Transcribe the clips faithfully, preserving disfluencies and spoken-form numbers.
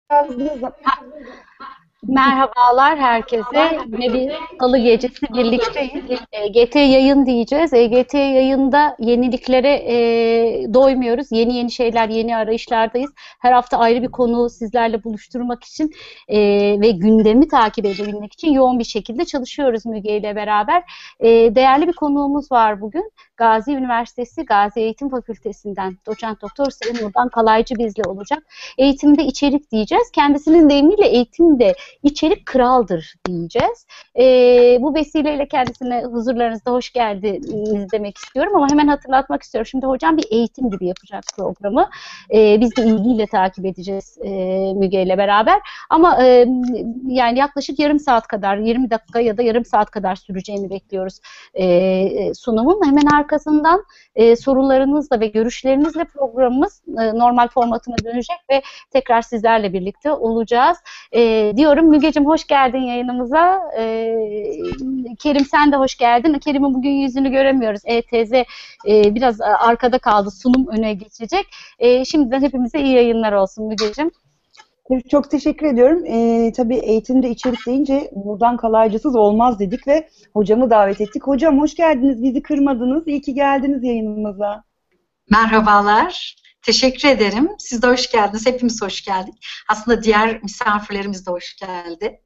Merhabalar herkese. Yine bir salı gecesi birlikteyiz. E, G T yayın diyeceğiz. E, G T yayında yeniliklere e, doymuyoruz. Yeni yeni şeyler, yeni arayışlardayız. Her hafta ayrı bir konu sizlerle buluşturmak için e, ve gündemi takip edebilmek için yoğun bir şekilde çalışıyoruz Müge ile beraber. E, değerli bir konuğumuz var bugün. Gazi Üniversitesi Gazi Eğitim Fakültesinden Doçent Doktor Sayın Nurdan Kalaycı bizle olacak. Eğitimde içerik diyeceğiz. Kendisinin deyimiyle eğitimde İçerik kraldır diyeceğiz. E, bu vesileyle kendisine huzurlarınızda hoş geldiniz demek istiyorum ama hemen hatırlatmak istiyorum. Şimdi hocam bir eğitim gibi yapacak programı. E, biz de ilgiyle takip edeceğiz e, Müge ile beraber. Ama e, yani yaklaşık yarım saat kadar, yirmi dakika ya da yarım saat kadar süreceğini bekliyoruz e, sunumun. Hemen arkasından e, sorularınızla ve görüşlerinizle programımız e, normal formatına dönecek ve tekrar sizlerle birlikte olacağız. E, diyorum Mügeciğim hoş geldin yayınımıza. E, Kerim sen de hoş geldin. Kerim'in bugün yüzünü göremiyoruz. E T Z e, biraz arkada kaldı. Sunum öne geçecek. E, şimdiden hepimize iyi yayınlar olsun Mügeciğim. Çok teşekkür ediyorum. Ee, tabii eğitimde içerik deyince buradan kalaycısız olmaz dedik ve hocamı davet ettik. Hocam hoş geldiniz, bizi kırmadınız. İyi ki geldiniz yayınımıza. Merhabalar, teşekkür ederim. Siz de hoş geldiniz, hepimiz hoş geldik. Aslında diğer misafirlerimiz de hoş geldi.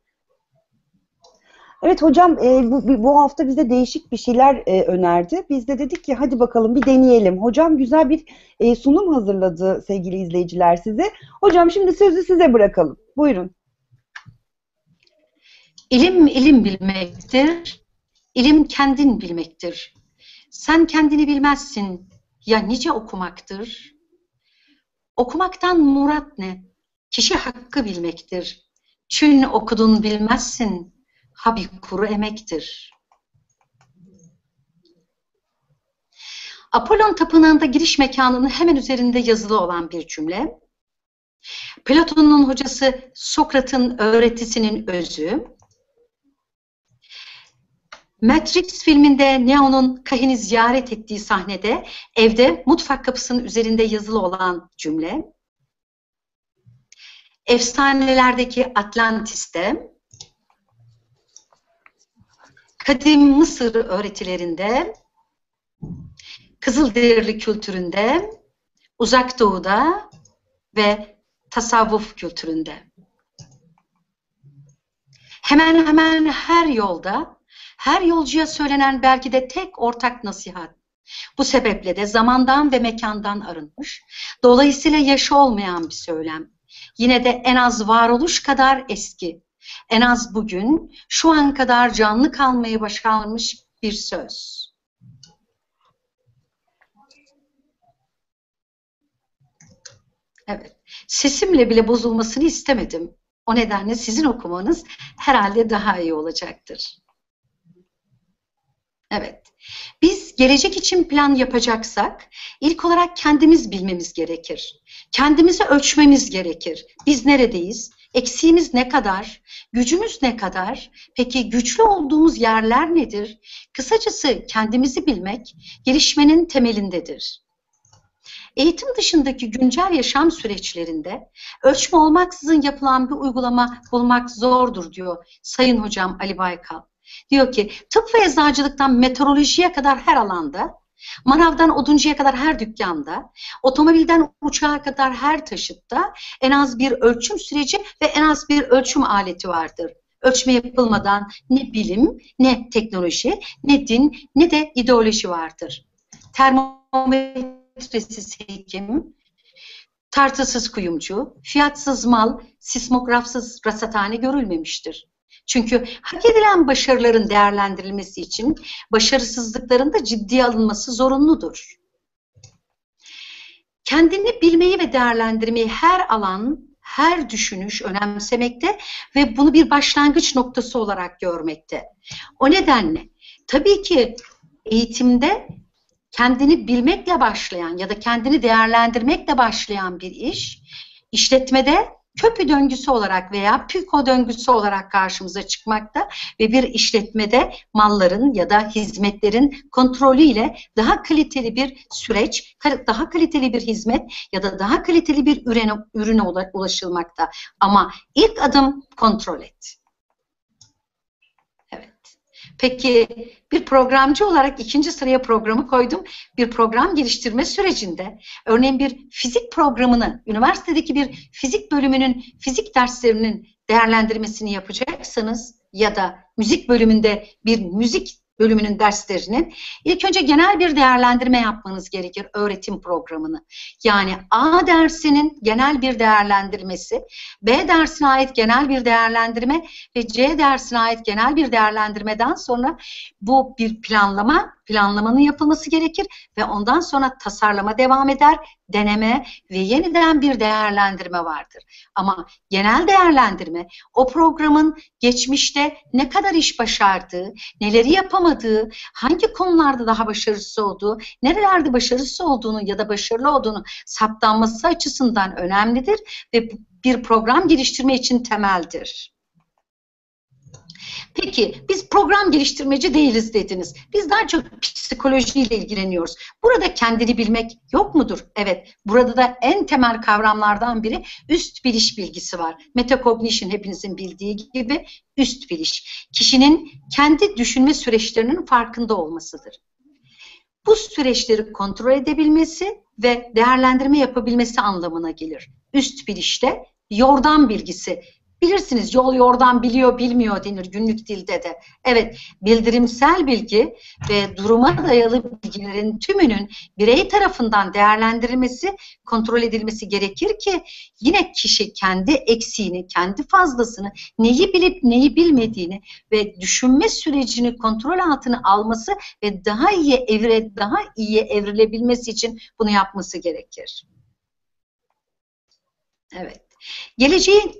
Evet hocam, e, bu, bu hafta bize değişik bir şeyler e, önerdi. Biz de dedik ki hadi bakalım bir deneyelim. Hocam güzel bir e, sunum hazırladı sevgili izleyiciler size. Hocam şimdi sözü size bırakalım. Buyurun. İlim ilim bilmektir, ilim kendin bilmektir. Sen kendini bilmezsin, ya nice okumaktır. Okumaktan murat ne? Kişi hakkı bilmektir. Çün okudun bilmezsin, ha bir kuru emektir. Apollon Tapınağı'nda giriş mekanının hemen üzerinde yazılı olan bir cümle. Platon'un hocası Sokrat'ın öğretisinin özü. Matrix filminde Neo'nun Kahin'i ziyaret ettiği sahnede evde mutfak kapısının üzerinde yazılı olan cümle. Efsanelerdeki Atlantis'te, kadim Mısır öğretilerinde, Kızılderili kültüründe, Uzak Doğu'da ve tasavvuf kültüründe. Hemen hemen her yolda, her yolcuya söylenen belki de tek ortak nasihat. Bu sebeple de zamandan ve mekandan arınmış, dolayısıyla yaşı olmayan bir söylem. Yine de en az varoluş kadar eski, en az bugün, şu an kadar canlı kalmayı başarmış bir söz. Evet, sesimle bile bozulmasını istemedim. O nedenle sizin okumanız herhalde daha iyi olacaktır. Evet, biz gelecek için plan yapacaksak ilk olarak kendimiz bilmemiz gerekir. Kendimizi ölçmemiz gerekir. Biz neredeyiz? Eksiğimiz ne kadar? Gücümüz ne kadar? Peki güçlü olduğumuz yerler nedir? Kısacası kendimizi bilmek gelişmenin temelindedir. Eğitim dışındaki güncel yaşam süreçlerinde ölçme olmaksızın yapılan bir uygulama bulmak zordur diyor Sayın Hocam Ali Baykal. Diyor ki tıp ve eczacılıktan meteorolojiye kadar her alanda, manavdan oduncuya kadar her dükkanda, otomobilden uçağa kadar her taşıtta en az bir ölçüm süreci ve en az bir ölçüm aleti vardır. Ölçme yapılmadan ne bilim, ne teknoloji, ne din, ne de ideoloji vardır. Termometresiz hekim, tartısız kuyumcu, fiyatsız mal, sismografsız rasathane görülmemiştir. Çünkü hak edilen başarıların değerlendirilmesi için başarısızlıkların da ciddiye alınması zorunludur. Kendini bilmeyi ve değerlendirmeyi her alan, her düşünüş önemsemekte ve bunu bir başlangıç noktası olarak görmekte. O nedenle tabii ki eğitimde kendini bilmekle başlayan ya da kendini değerlendirmekle başlayan bir iş, işletmede köpü döngüsü olarak veya piko döngüsü olarak karşımıza çıkmakta ve bir işletmede malların ya da hizmetlerin kontrolüyle daha kaliteli bir süreç, daha kaliteli bir hizmet ya da daha kaliteli bir ürüne, ürüne ulaşılmakta. Ama ilk adım kontrol et. Evet. Peki bir programcı olarak ikinci sıraya programı koydum. Bir program geliştirme sürecinde örneğin bir fizik programını, üniversitedeki bir fizik bölümünün fizik derslerinin değerlendirmesini yapacaksanız ya da müzik bölümünde bir müzik bölümünün derslerinin ilk önce genel bir değerlendirme yapmanız gerekir öğretim programını. Yani A dersinin genel bir değerlendirmesi, B dersine ait genel bir değerlendirme ve C dersine ait genel bir değerlendirmeden sonra bu bir planlama, planlamanın yapılması gerekir ve ondan sonra tasarlama devam eder, deneme ve yeniden bir değerlendirme vardır. Ama genel değerlendirme o programın geçmişte ne kadar iş başardığı, neleri yapamadığı, hangi konularda daha başarısız olduğu, nerelerde başarısız olduğunu ya da başarılı olduğunu saptanması açısından önemlidir ve bir program geliştirme için temeldir. Peki biz program geliştirmeci değiliz dediniz. Biz daha çok psikolojiyle ilgileniyoruz. Burada kendini bilmek yok mudur? Evet. Burada da en temel kavramlardan biri üst biliş bilgisi var. Metacognition hepinizin bildiği gibi üst biliş. Kişinin kendi düşünme süreçlerinin farkında olmasıdır. Bu süreçleri kontrol edebilmesi ve değerlendirme yapabilmesi anlamına gelir. Üst bilişte yordam bilgisi. Bilirsiniz yol yordan biliyor bilmiyor denir günlük dilde de. Evet, bildirimsel bilgi ve duruma dayalı bilgilerin tümünün birey tarafından değerlendirilmesi, kontrol edilmesi gerekir ki yine kişi kendi eksiğini, kendi fazlasını, neyi bilip neyi bilmediğini ve düşünme sürecini kontrol altına alması ve daha iyi evre, daha iyi evrilebilmesi için bunu yapması gerekir. Evet. Geleceğin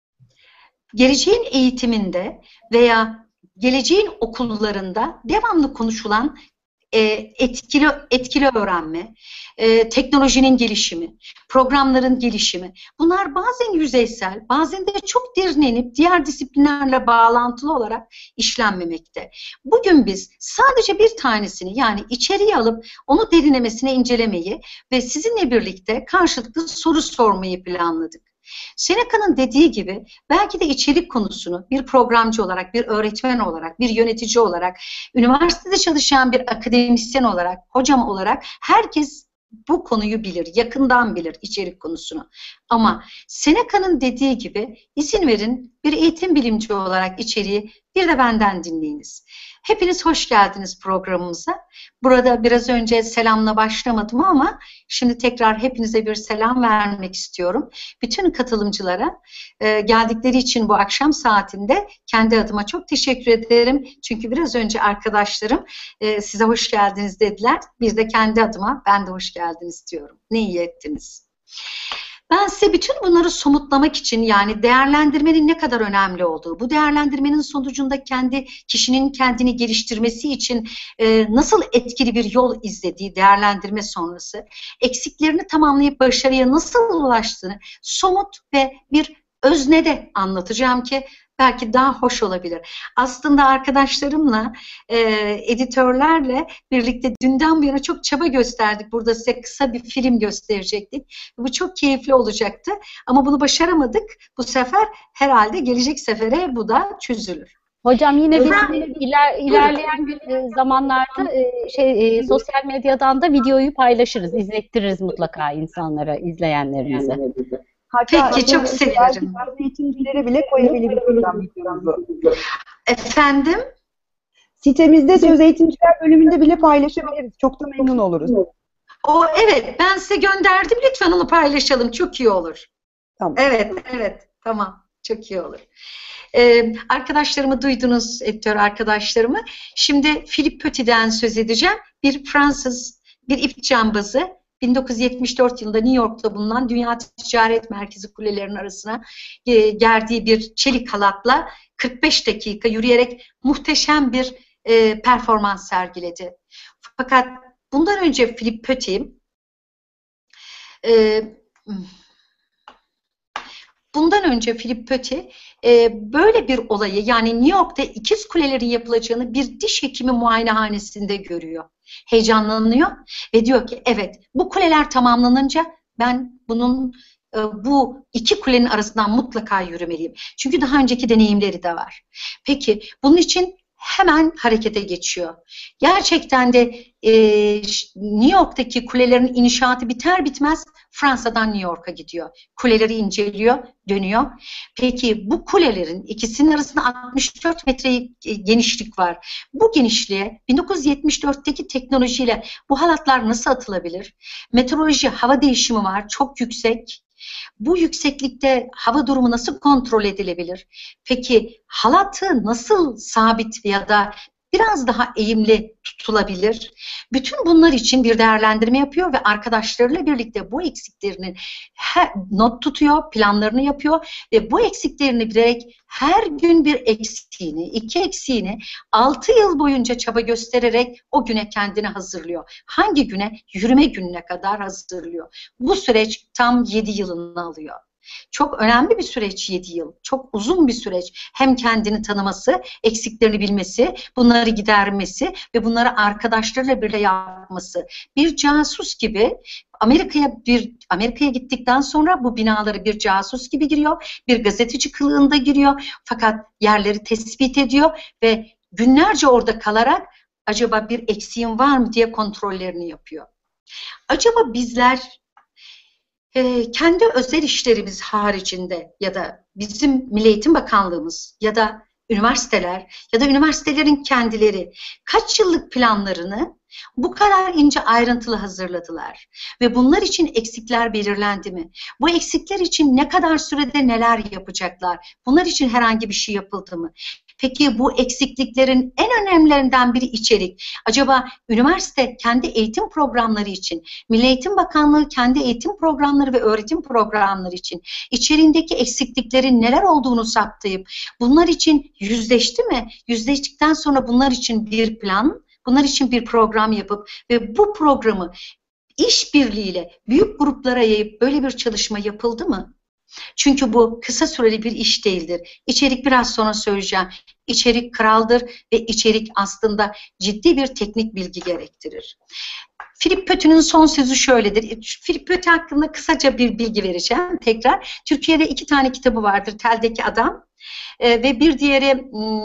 Geleceğin eğitiminde veya geleceğin okullarında devamlı konuşulan e, etkili etkili öğrenme, e, teknolojinin gelişimi, programların gelişimi. Bunlar bazen yüzeysel, bazen de çok derinlenip diğer disiplinlerle bağlantılı olarak işlenmemekte. Bugün biz sadece bir tanesini yani içeriye alıp onu derinlemesine incelemeyi ve sizinle birlikte karşılıklı soru sormayı planladık. Seneca'nın dediği gibi belki de içerik konusunu bir programcı olarak, bir öğretmen olarak, bir yönetici olarak, üniversitede çalışan bir akademisyen olarak, hocam olarak herkes bu konuyu bilir, yakından bilir içerik konusunu. Ama Seneca'nın dediği gibi izin verin bir eğitim bilimci olarak içeriği bir de benden dinleyiniz. Hepiniz hoş geldiniz programımıza. Burada biraz önce selamla başlamadım ama şimdi tekrar hepinize bir selam vermek istiyorum. Bütün katılımcılara e, geldikleri için bu akşam saatinde kendi adıma çok teşekkür ederim. Çünkü biraz önce arkadaşlarım e, size hoş geldiniz dediler. Biz de kendi adıma ben de hoş geldiniz diyorum. Ne iyi ettiniz. Ben size bütün bunları somutlamak için yani değerlendirmenin ne kadar önemli olduğu, bu değerlendirmenin sonucunda kendi kişinin kendini geliştirmesi için e, nasıl etkili bir yol izlediği değerlendirme sonrası, eksiklerini tamamlayıp başarıya nasıl ulaştığını somut ve bir öznede anlatacağım ki belki daha hoş olabilir. Aslında arkadaşlarımla, e, editörlerle birlikte dünden bu yana çok çaba gösterdik. Burada size kısa bir film gösterecektik. Bu çok keyifli olacaktı. Ama bunu başaramadık. Bu sefer herhalde gelecek sefere bu da çözülür. Hocam yine biz Efendim? iler, ilerleyen e, zamanlarda e, şey e, sosyal medyadan da videoyu paylaşırız, izlettiririz mutlaka insanlara, izleyenlerimize. Hatta Peki, çok sevinirim. Eğitimcilere bile koyabiliriz videomuzu. Efendim? Sitemizde söz eğitimciler bölümünde bile paylaşabiliriz. Çok da memnun oluruz. O evet, ben size gönderdim. Lütfen onu paylaşalım. Çok iyi olur. Tamam. Evet, evet. Tamam. Çok iyi olur. Ee, arkadaşlarımı duydunuz, editör arkadaşlarımı. Şimdi Philippe Petit'den söz edeceğim. Bir Fransız, bir ip cambazı. bin dokuz yüz yetmiş dört yılında New York'ta bulunan Dünya Ticaret Merkezi kulelerinin arasına e, gerdiği bir çelik halatla kırk beş dakika yürüyerek muhteşem bir e, performans sergiledi. Fakat bundan önce Philippe Petit e, bundan önce Philip Petit e, böyle bir olayı, yani New York'ta ikiz kulelerin yapılacağını bir diş hekimi muayenehanesinde görüyor. Heyecanlanıyor ve diyor ki evet, bu kuleler tamamlanınca ben bunun e, bu iki kulenin arasından mutlaka yürümeliyim. Çünkü daha önceki deneyimleri de var. Peki bunun için hemen harekete geçiyor. Gerçekten de e, New York'taki kulelerin inşaatı biter bitmez Fransa'dan New York'a gidiyor. Kuleleri inceliyor, dönüyor. Peki bu kulelerin ikisinin arasında altmış dört metre genişlik var. Bu genişliğe bin dokuz yüz yetmiş dörtteki teknolojiyle bu halatlar nasıl atılabilir? Meteoroloji, hava değişimi var, çok yüksek. Bu yükseklikte hava durumu nasıl kontrol edilebilir? Peki halatı nasıl sabit ya da biraz daha eğimli tutulabilir? Bütün bunlar için bir değerlendirme yapıyor ve arkadaşlarıyla birlikte bu eksiklerini not tutuyor, planlarını yapıyor ve bu eksiklerini bilerek her gün bir eksiğini, iki eksiğini altı yıl boyunca çaba göstererek o güne kendini hazırlıyor. Hangi güne? Yürüme gününe kadar hazırlıyor. Bu süreç tam yedi yılını alıyor. Çok önemli bir süreç yedi yıl. Çok uzun bir süreç. Hem kendini tanıması, eksiklerini bilmesi, bunları gidermesi ve bunları arkadaşlarıyla birlikte yapması. Bir casus gibi Amerika'ya bir Amerika'ya gittikten sonra bu binaları bir casus gibi giriyor. Bir gazeteci kılığında giriyor. Fakat yerleri tespit ediyor ve günlerce orada kalarak acaba bir eksiğim var mı diye kontrollerini yapıyor. Acaba bizler Ee, kendi özel işlerimiz haricinde ya da bizim Milli Eğitim Bakanlığımız ya da üniversiteler ya da üniversitelerin kendileri kaç yıllık planlarını bu kadar ince ayrıntılı hazırladılar ve bunlar için eksikler belirlendi mi? Bu eksikler için ne kadar sürede neler yapacaklar? Bunlar için herhangi bir şey yapıldı mı? Peki bu eksikliklerin en önemlilerinden biri içerik. Acaba üniversite kendi eğitim programları için, Milli Eğitim Bakanlığı kendi eğitim programları ve öğretim programları için içeriğindeki eksikliklerin neler olduğunu saptayıp bunlar için yüzleşti mi? Yüzleştikten sonra bunlar için bir plan, bunlar için bir program yapıp ve bu programı işbirliğiyle büyük gruplara yayıp böyle bir çalışma yapıldı mı? Çünkü bu kısa süreli bir iş değildir. İçerik biraz sonra söyleyeceğim. İçerik kraldır ve içerik aslında ciddi bir teknik bilgi gerektirir. Philip Petit'in son sözü şöyledir. Philip Petit hakkında kısaca bir bilgi vereceğim tekrar. Türkiye'de iki tane kitabı vardır. Teldeki Adam e, ve bir diğeri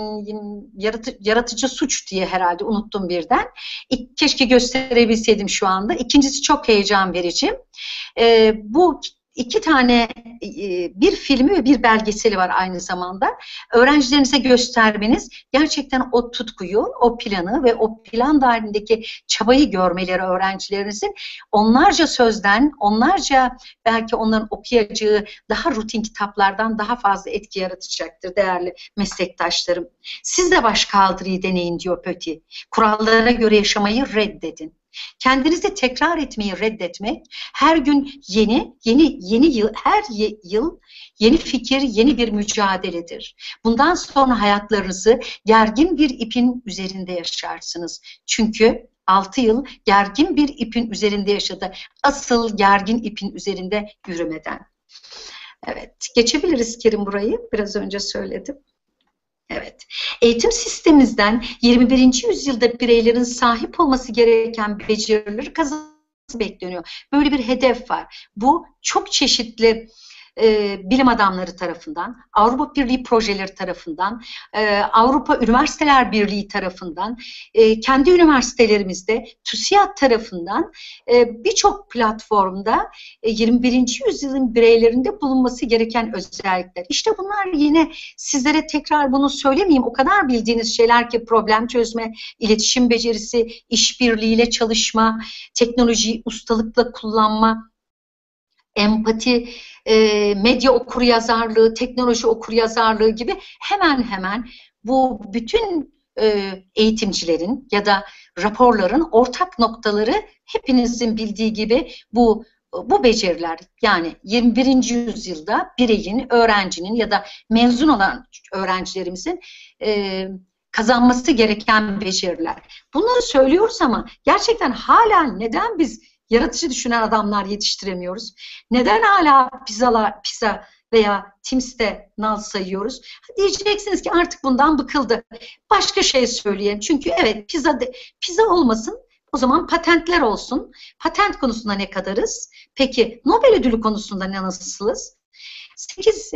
yaratı, Yaratıcı Suç diye herhalde unuttum birden. İ, keşke gösterebilseydim şu anda. İkincisi çok heyecan verici. E, bu İki tane, bir filmi ve bir belgeseli var aynı zamanda. Öğrencilerinize göstermeniz, gerçekten o tutkuyu, o planı ve o plan dahilindeki çabayı görmeleri öğrencilerinizin onlarca sözden, onlarca belki onların okuyacağı daha rutin kitaplardan daha fazla etki yaratacaktır değerli meslektaşlarım. Siz de başkaldırıyı deneyin diyor Petit. Kurallara göre yaşamayı reddedin. Kendinizi tekrar etmeyi reddetmek, her gün yeni, yeni, yeni yıl, her yıl yeni fikir, yeni bir mücadeledir. Bundan sonra hayatlarınızı gergin bir ipin üzerinde yaşarsınız. Çünkü altı yıl gergin bir ipin üzerinde yaşadı. Asıl gergin ipin üzerinde yürümeden. Evet, geçebiliriz Kerim burayı. Biraz önce söyledim. Evet. Eğitim sistemimizden yirmi birinci yüzyılda bireylerin sahip olması gereken becerileri kazanması bekleniyor. Böyle bir hedef var. Bu çok çeşitli e, bilim adamları tarafından, Avrupa Birliği projeleri tarafından, e, Avrupa Üniversiteler Birliği tarafından, e, kendi üniversitelerimizde TÜSİAD tarafından e, birçok platformda e, yirmi birinci yüzyılın bireylerinde bulunması gereken özellikler. İşte bunlar yine sizlere tekrar bunu söylemeyeyim. O kadar bildiğiniz şeyler ki problem çözme, iletişim becerisi, işbirliğiyle çalışma, teknolojiyi ustalıkla kullanma, empati, e, medya okuryazarlığı, teknoloji okuryazarlığı gibi hemen hemen bu bütün e, eğitimcilerin ya da raporların ortak noktaları hepinizin bildiği gibi bu bu beceriler. Yani yirmi birinci yüzyılda bireyin, öğrencinin ya da mezun olan öğrencilerimizin e, kazanması gereken beceriler. Bunları söylüyoruz ama gerçekten hala neden biz yaratıcı düşünen adamlar yetiştiremiyoruz? Neden hala pizzalar, pizza veya Teams'te nal sayıyoruz. Diyeceksiniz ki artık bundan bıkıldı. Başka şey söyleyelim. Çünkü evet pizza, de, pizza olmasın. O zaman patentler olsun. Patent konusunda ne kadarız? Peki Nobel ödülü konusunda ne nasılız? sekiz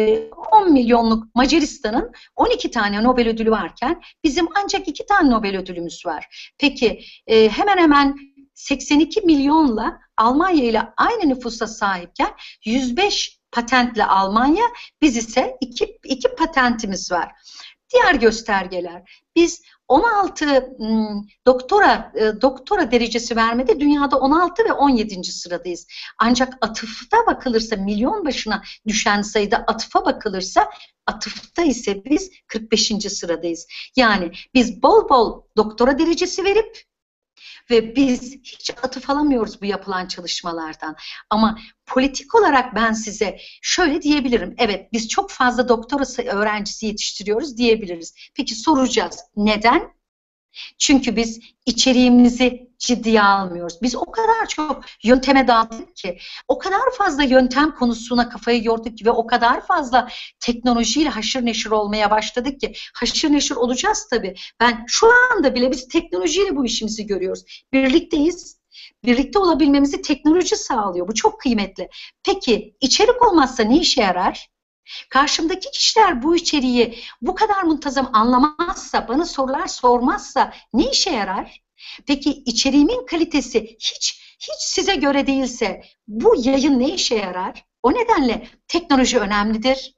on milyonluk Macaristan'ın on iki tane Nobel ödülü varken bizim ancak iki tane Nobel ödülümüz var. Peki e, hemen hemen seksen iki milyonla Almanya ile aynı nüfusa sahipken yüz beş patentle Almanya, biz ise iki, iki patentimiz var. Diğer göstergeler. Biz on altı ım, doktora e, doktora derecesi vermede dünyada on altı ve on yedinci sıradayız. Ancak atıfta bakılırsa, milyon başına düşen sayıda atıfa bakılırsa, atıfta ise biz kırk beşinci sıradayız. Yani biz bol bol doktora derecesi verip ve biz hiç atıf alamıyoruz bu yapılan çalışmalardan. Ama politik olarak ben size şöyle diyebilirim. Evet, biz çok fazla doktora öğrencisi yetiştiriyoruz diyebiliriz. Peki soracağız. Neden? Çünkü biz içeriğimizi ciddiye almıyoruz. Biz o kadar çok yönteme daldık ki, o kadar fazla yöntem konusuna kafayı yorduk ki ve o kadar fazla teknolojiyle haşır neşir olmaya başladık ki, haşır neşir olacağız tabii. Ben şu anda bile biz teknolojiyle bu işimizi görüyoruz. Birlikteyiz. Birlikte olabilmemizi teknoloji sağlıyor. Bu çok kıymetli. Peki içerik olmazsa ne işe yarar? Karşımdaki kişiler bu içeriği bu kadar muntazam anlamazsa, bana sorular sormazsa ne işe yarar? Peki içeriğimin kalitesi hiç hiç size göre değilse bu yayın ne işe yarar? O nedenle teknoloji önemlidir.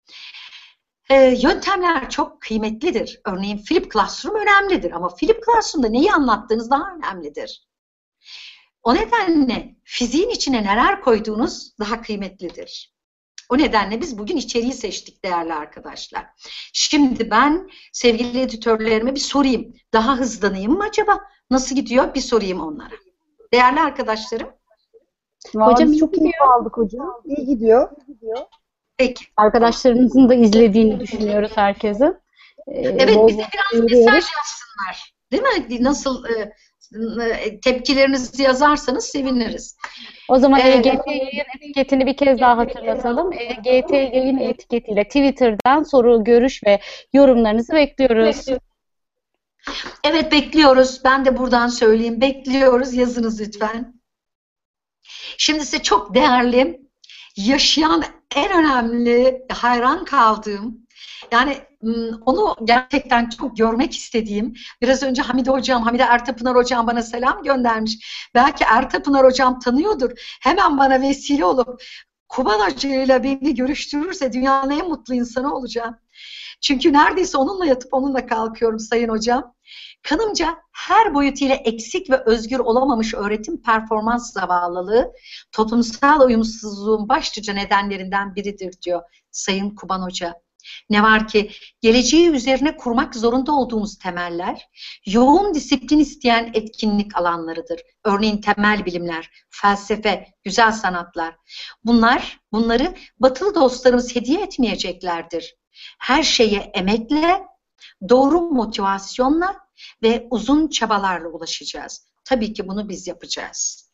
Ee, yöntemler çok kıymetlidir. Örneğin Flip Classroom önemlidir ama Flip Classroom'da neyi anlattığınız daha önemlidir. O nedenle fiziğin içine neler koyduğunuz daha kıymetlidir. O nedenle biz bugün içeriği seçtik değerli arkadaşlar. Şimdi ben sevgili editörlerime bir sorayım. Daha hızlanayım mı acaba? Nasıl gidiyor? Bir sorayım onlara. Değerli arkadaşlarım. Hocam çok iyi aldık hocam. İyi gidiyor. Peki. Arkadaşlarınızın da izlediğini düşünüyoruz herkesin. Ee, evet bol bize bol biraz mesaj görüyoruz. yazsınlar. Değil mi? Nasıl e, e, tepkilerinizi yazarsanız seviniriz. O zaman Ee, E G T yayın etiketini bir kez daha hatırlatalım. E G T yayın etiketiyle Twitter'dan soru, görüş ve yorumlarınızı bekliyoruz. Evet bekliyoruz. Ben de buradan söyleyeyim. Bekliyoruz. Yazınız lütfen. Şimdi size çok değerli, yaşayan en önemli, hayran kaldığım, yani onu gerçekten çok görmek istediğim, biraz önce Hamide Hocam, Hamide Ertapınar Hocam bana selam göndermiş. Belki Ertapınar Hocam tanıyordur. Hemen bana vesile olup Kuban Hoca'yla beni görüştürürse dünyanın en mutlu insanı olacağım. Çünkü neredeyse onunla yatıp onunla kalkıyorum Sayın Hocam. Kanımca her boyutuyla eksik ve özgür olamamış öğretim performans zavallılığı toplumsal uyumsuzluğun başlıca nedenlerinden biridir diyor Sayın Kuban Hoca. Ne var ki geleceği üzerine kurmak zorunda olduğumuz temeller, yoğun disiplin isteyen etkinlik alanlarıdır. Örneğin temel bilimler, felsefe, güzel sanatlar. Bunlar, bunları batılı dostlarımız hediye etmeyeceklerdir. Her şeye emekle, doğru motivasyonla ve uzun çabalarla ulaşacağız. Tabii ki bunu biz yapacağız.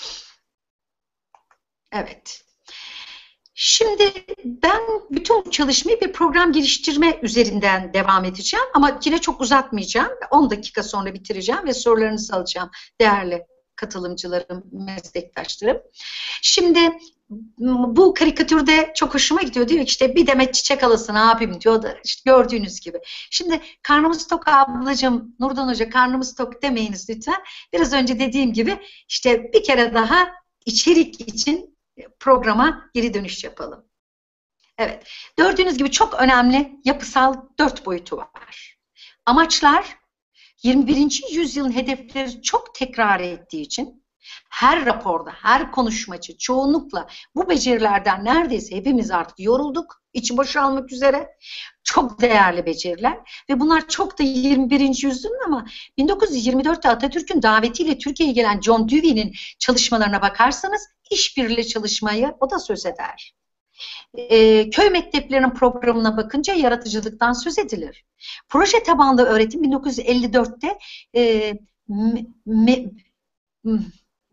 Evet. Şimdi ben bütün bu çalışmayı bir program geliştirme üzerinden devam edeceğim ama yine çok uzatmayacağım. on dakika sonra bitireceğim ve sorularınızı alacağım değerli katılımcılarım, meslektaşlarım. Şimdi bu karikatürde çok hoşuma gidiyor. Diyor işte bir demet çiçek alasın abim diyor da işte gördüğünüz gibi. Şimdi karnımız tok ablacığım, Nurdan Hoca karnımız tok demeyiniz lütfen. Biraz önce dediğim gibi işte bir kere daha içerik için programa geri dönüş yapalım. Evet, gördüğünüz gibi çok önemli yapısal dört boyutu var. Amaçlar yirmi birinci yüzyılın hedefleri çok tekrar ettiği için her raporda, her konuşmacı çoğunlukla bu becerilerden neredeyse hepimiz artık yorulduk, içi boşalmak üzere. Çok değerli beceriler ve bunlar çok da yirmi birinci yüzyılın ama bin dokuz yüz yirmi dörtte Atatürk'ün davetiyle Türkiye'ye gelen John Dewey'nin çalışmalarına bakarsanız işbirliği çalışmayı o da söz eder. Ee, köy mekteplerinin programına bakınca yaratıcılıktan söz edilir. Proje tabanlı öğretim bin dokuz yüz elli dörtte e, me, me,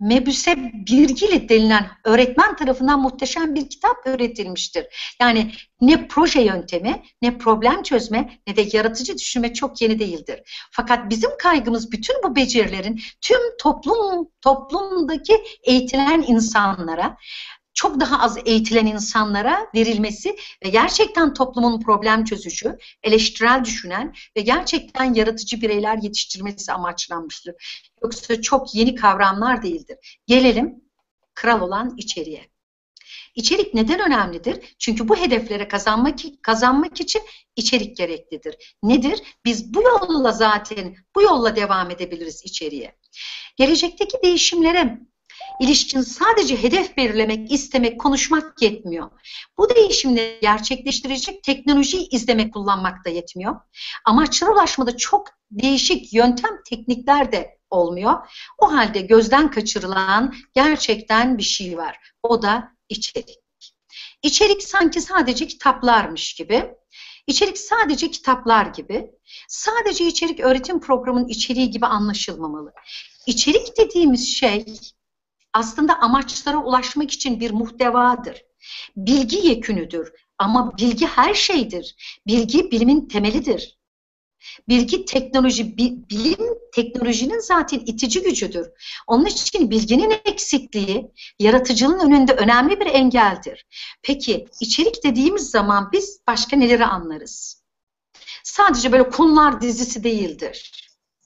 Mebüse Birgili denilen öğretmen tarafından muhteşem bir kitap üretilmiştir. Yani ne proje yöntemi, ne problem çözme, ne de yaratıcı düşünme çok yeni değildir. Fakat bizim kaygımız bütün bu becerilerin tüm toplum toplumdaki eğitilen insanlara, çok daha az eğitilen insanlara verilmesi ve gerçekten toplumun problem çözücü, eleştirel düşünen ve gerçekten yaratıcı bireyler yetiştirmesi amaçlanmıştır. Yoksa çok yeni kavramlar değildir. Gelelim kral olan içeriğe. İçerik neden önemlidir? Çünkü bu hedeflere kazanmak, kazanmak için içerik gereklidir. Nedir? Biz bu yolla zaten, bu yolla devam edebiliriz içeriye. Gelecekteki değişimlere İlişkin sadece hedef belirlemek, istemek, konuşmak yetmiyor. Bu değişimleri gerçekleştirecek teknolojiyi izlemek, kullanmak da yetmiyor. Amaçlara ulaşmada çok değişik yöntem, teknikler de olmuyor. O halde gözden kaçırılan gerçekten bir şey var. O da içerik. İçerik sanki sadece kitaplarmış gibi. İçerik sadece kitaplar gibi. Sadece içerik öğretim programının içeriği gibi anlaşılmamalı. İçerik dediğimiz şey aslında amaçlara ulaşmak için bir muhtevadır. Bilgi yekünüdür ama bilgi her şeydir. Bilgi bilimin temelidir. Bilgi teknoloji, bilim teknolojinin zaten itici gücüdür. Onun için bilginin eksikliği yaratıcılığın önünde önemli bir engeldir. Peki içerik dediğimiz zaman biz başka neleri anlarız? Sadece böyle konular dizisi değildir.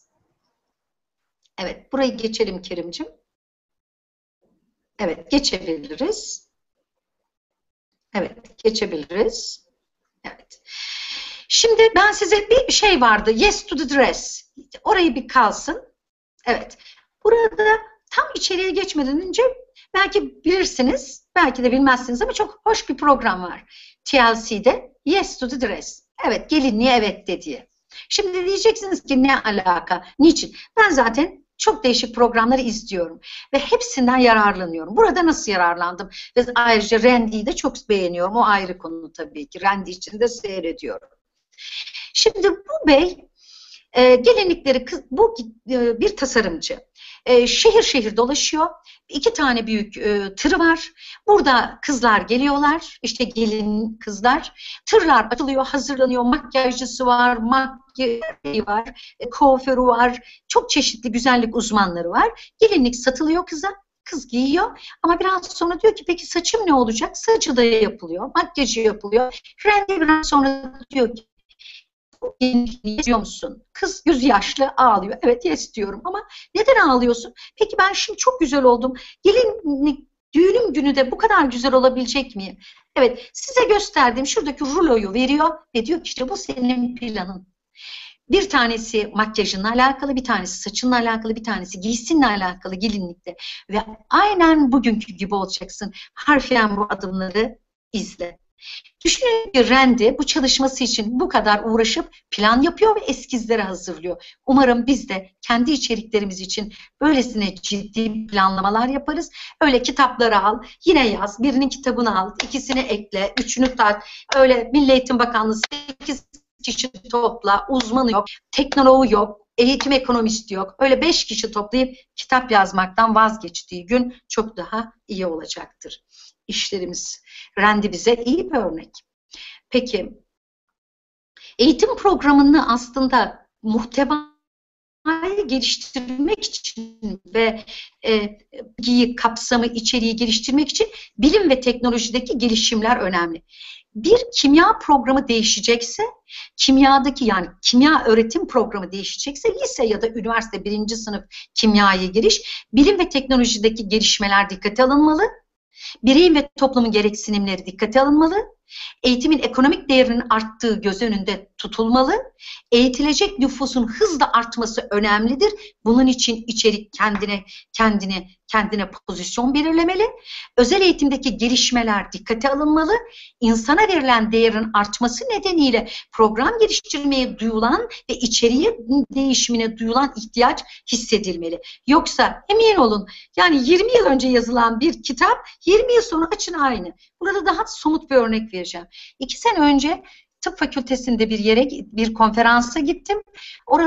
Evet, burayı geçelim Kerimciğim. Evet, geçebiliriz. Evet, geçebiliriz. Evet. Şimdi ben size bir şey vardı. Yes to the dress. Orayı bir kalsın. Evet. Burada tam içeriye geçmeden önce belki bilirsiniz, belki de bilmezsiniz ama çok hoş bir program var. T L C'de Yes to the dress. Evet, gelinliğe evet de diye. Şimdi diyeceksiniz ki ne alaka? Niçin? Ben zaten çok değişik programları izliyorum ve hepsinden yararlanıyorum. Burada nasıl yararlandım? Ve ayrıca Randy'yi de çok beğeniyorum. O ayrı konu tabii ki. Randy için de seyrediyorum. Şimdi bu bey e, gelinlikleri, bu e, bir tasarımcı. E, şehir şehir dolaşıyor. İki tane büyük e, tırı var. Burada kızlar geliyorlar. İşte gelin kızlar. Tırlar açılıyor, hazırlanıyor. Makyajcısı var, makyajı var, e, kuaförü var. Çok çeşitli güzellik uzmanları var. Gelinlik satılıyor kıza. Kız giyiyor ama biraz sonra diyor ki peki saçım ne olacak? Saçı da yapılıyor, makyajı yapılıyor. Randy biraz sonra diyor ki gelinliği istiyor musun? Kız yüz yaşlı ağlıyor. Evet yes diyorum ama neden ağlıyorsun? Peki ben şimdi çok güzel oldum. Gelinlik düğünüm günü de bu kadar güzel olabilecek miyim? Evet, size gösterdiğim şuradaki ruloyu veriyor ve diyor ki işte bu senin planın. Bir tanesi makyajınla alakalı, bir tanesi saçınla alakalı, bir tanesi giysinle alakalı gelinlikte. Ve aynen bugünkü gibi olacaksın. Harfiyen bu adımları izle. Düşünün ki Randy bu çalışması için bu kadar uğraşıp plan yapıyor ve eskizleri hazırlıyor. Umarım biz de kendi içeriklerimiz için böylesine ciddi planlamalar yaparız. Öyle kitapları al, yine yaz, birinin kitabını al, ikisini ekle, üçünü tar. Öyle Milli Eğitim Bakanlığı sekiz kişi topla, uzmanı yok, teknoloğu yok, eğitim ekonomisti yok. Öyle beş kişi toplayıp kitap yazmaktan vazgeçtiği gün çok daha iyi olacaktır işlerimiz. Randy bize iyi bir örnek. Peki, eğitim programını aslında muhtevayı geliştirmek için ve e, bilgiyi, kapsamı, içeriği geliştirmek için bilim ve teknolojideki gelişimler önemli. Bir kimya programı değişecekse, kimyadaki yani kimya öğretim programı değişecekse lise ya da üniversite birinci sınıf kimyaya giriş, bilim ve teknolojideki gelişmeler dikkate alınmalı. Bireyin ve toplumun gereksinimleri dikkate alınmalı. Eğitimin ekonomik değerinin arttığı göz önünde tutulmalı. Eğitilecek nüfusun hızla artması önemlidir. Bunun için içerik kendine kendine kendine pozisyon belirlemeli. Özel eğitimdeki gelişmeler dikkate alınmalı. İnsana verilen değerin artması nedeniyle program geliştirmeye duyulan ve içeriği değişimine duyulan ihtiyaç hissedilmeli. Yoksa emin olun yani yirmi yıl önce yazılan bir kitap yirmi yıl sonra açın aynı. Burada daha somut bir örnek vereceğim. İki sene önce tıp fakültesinde bir yere, bir konferansa gittim. Orada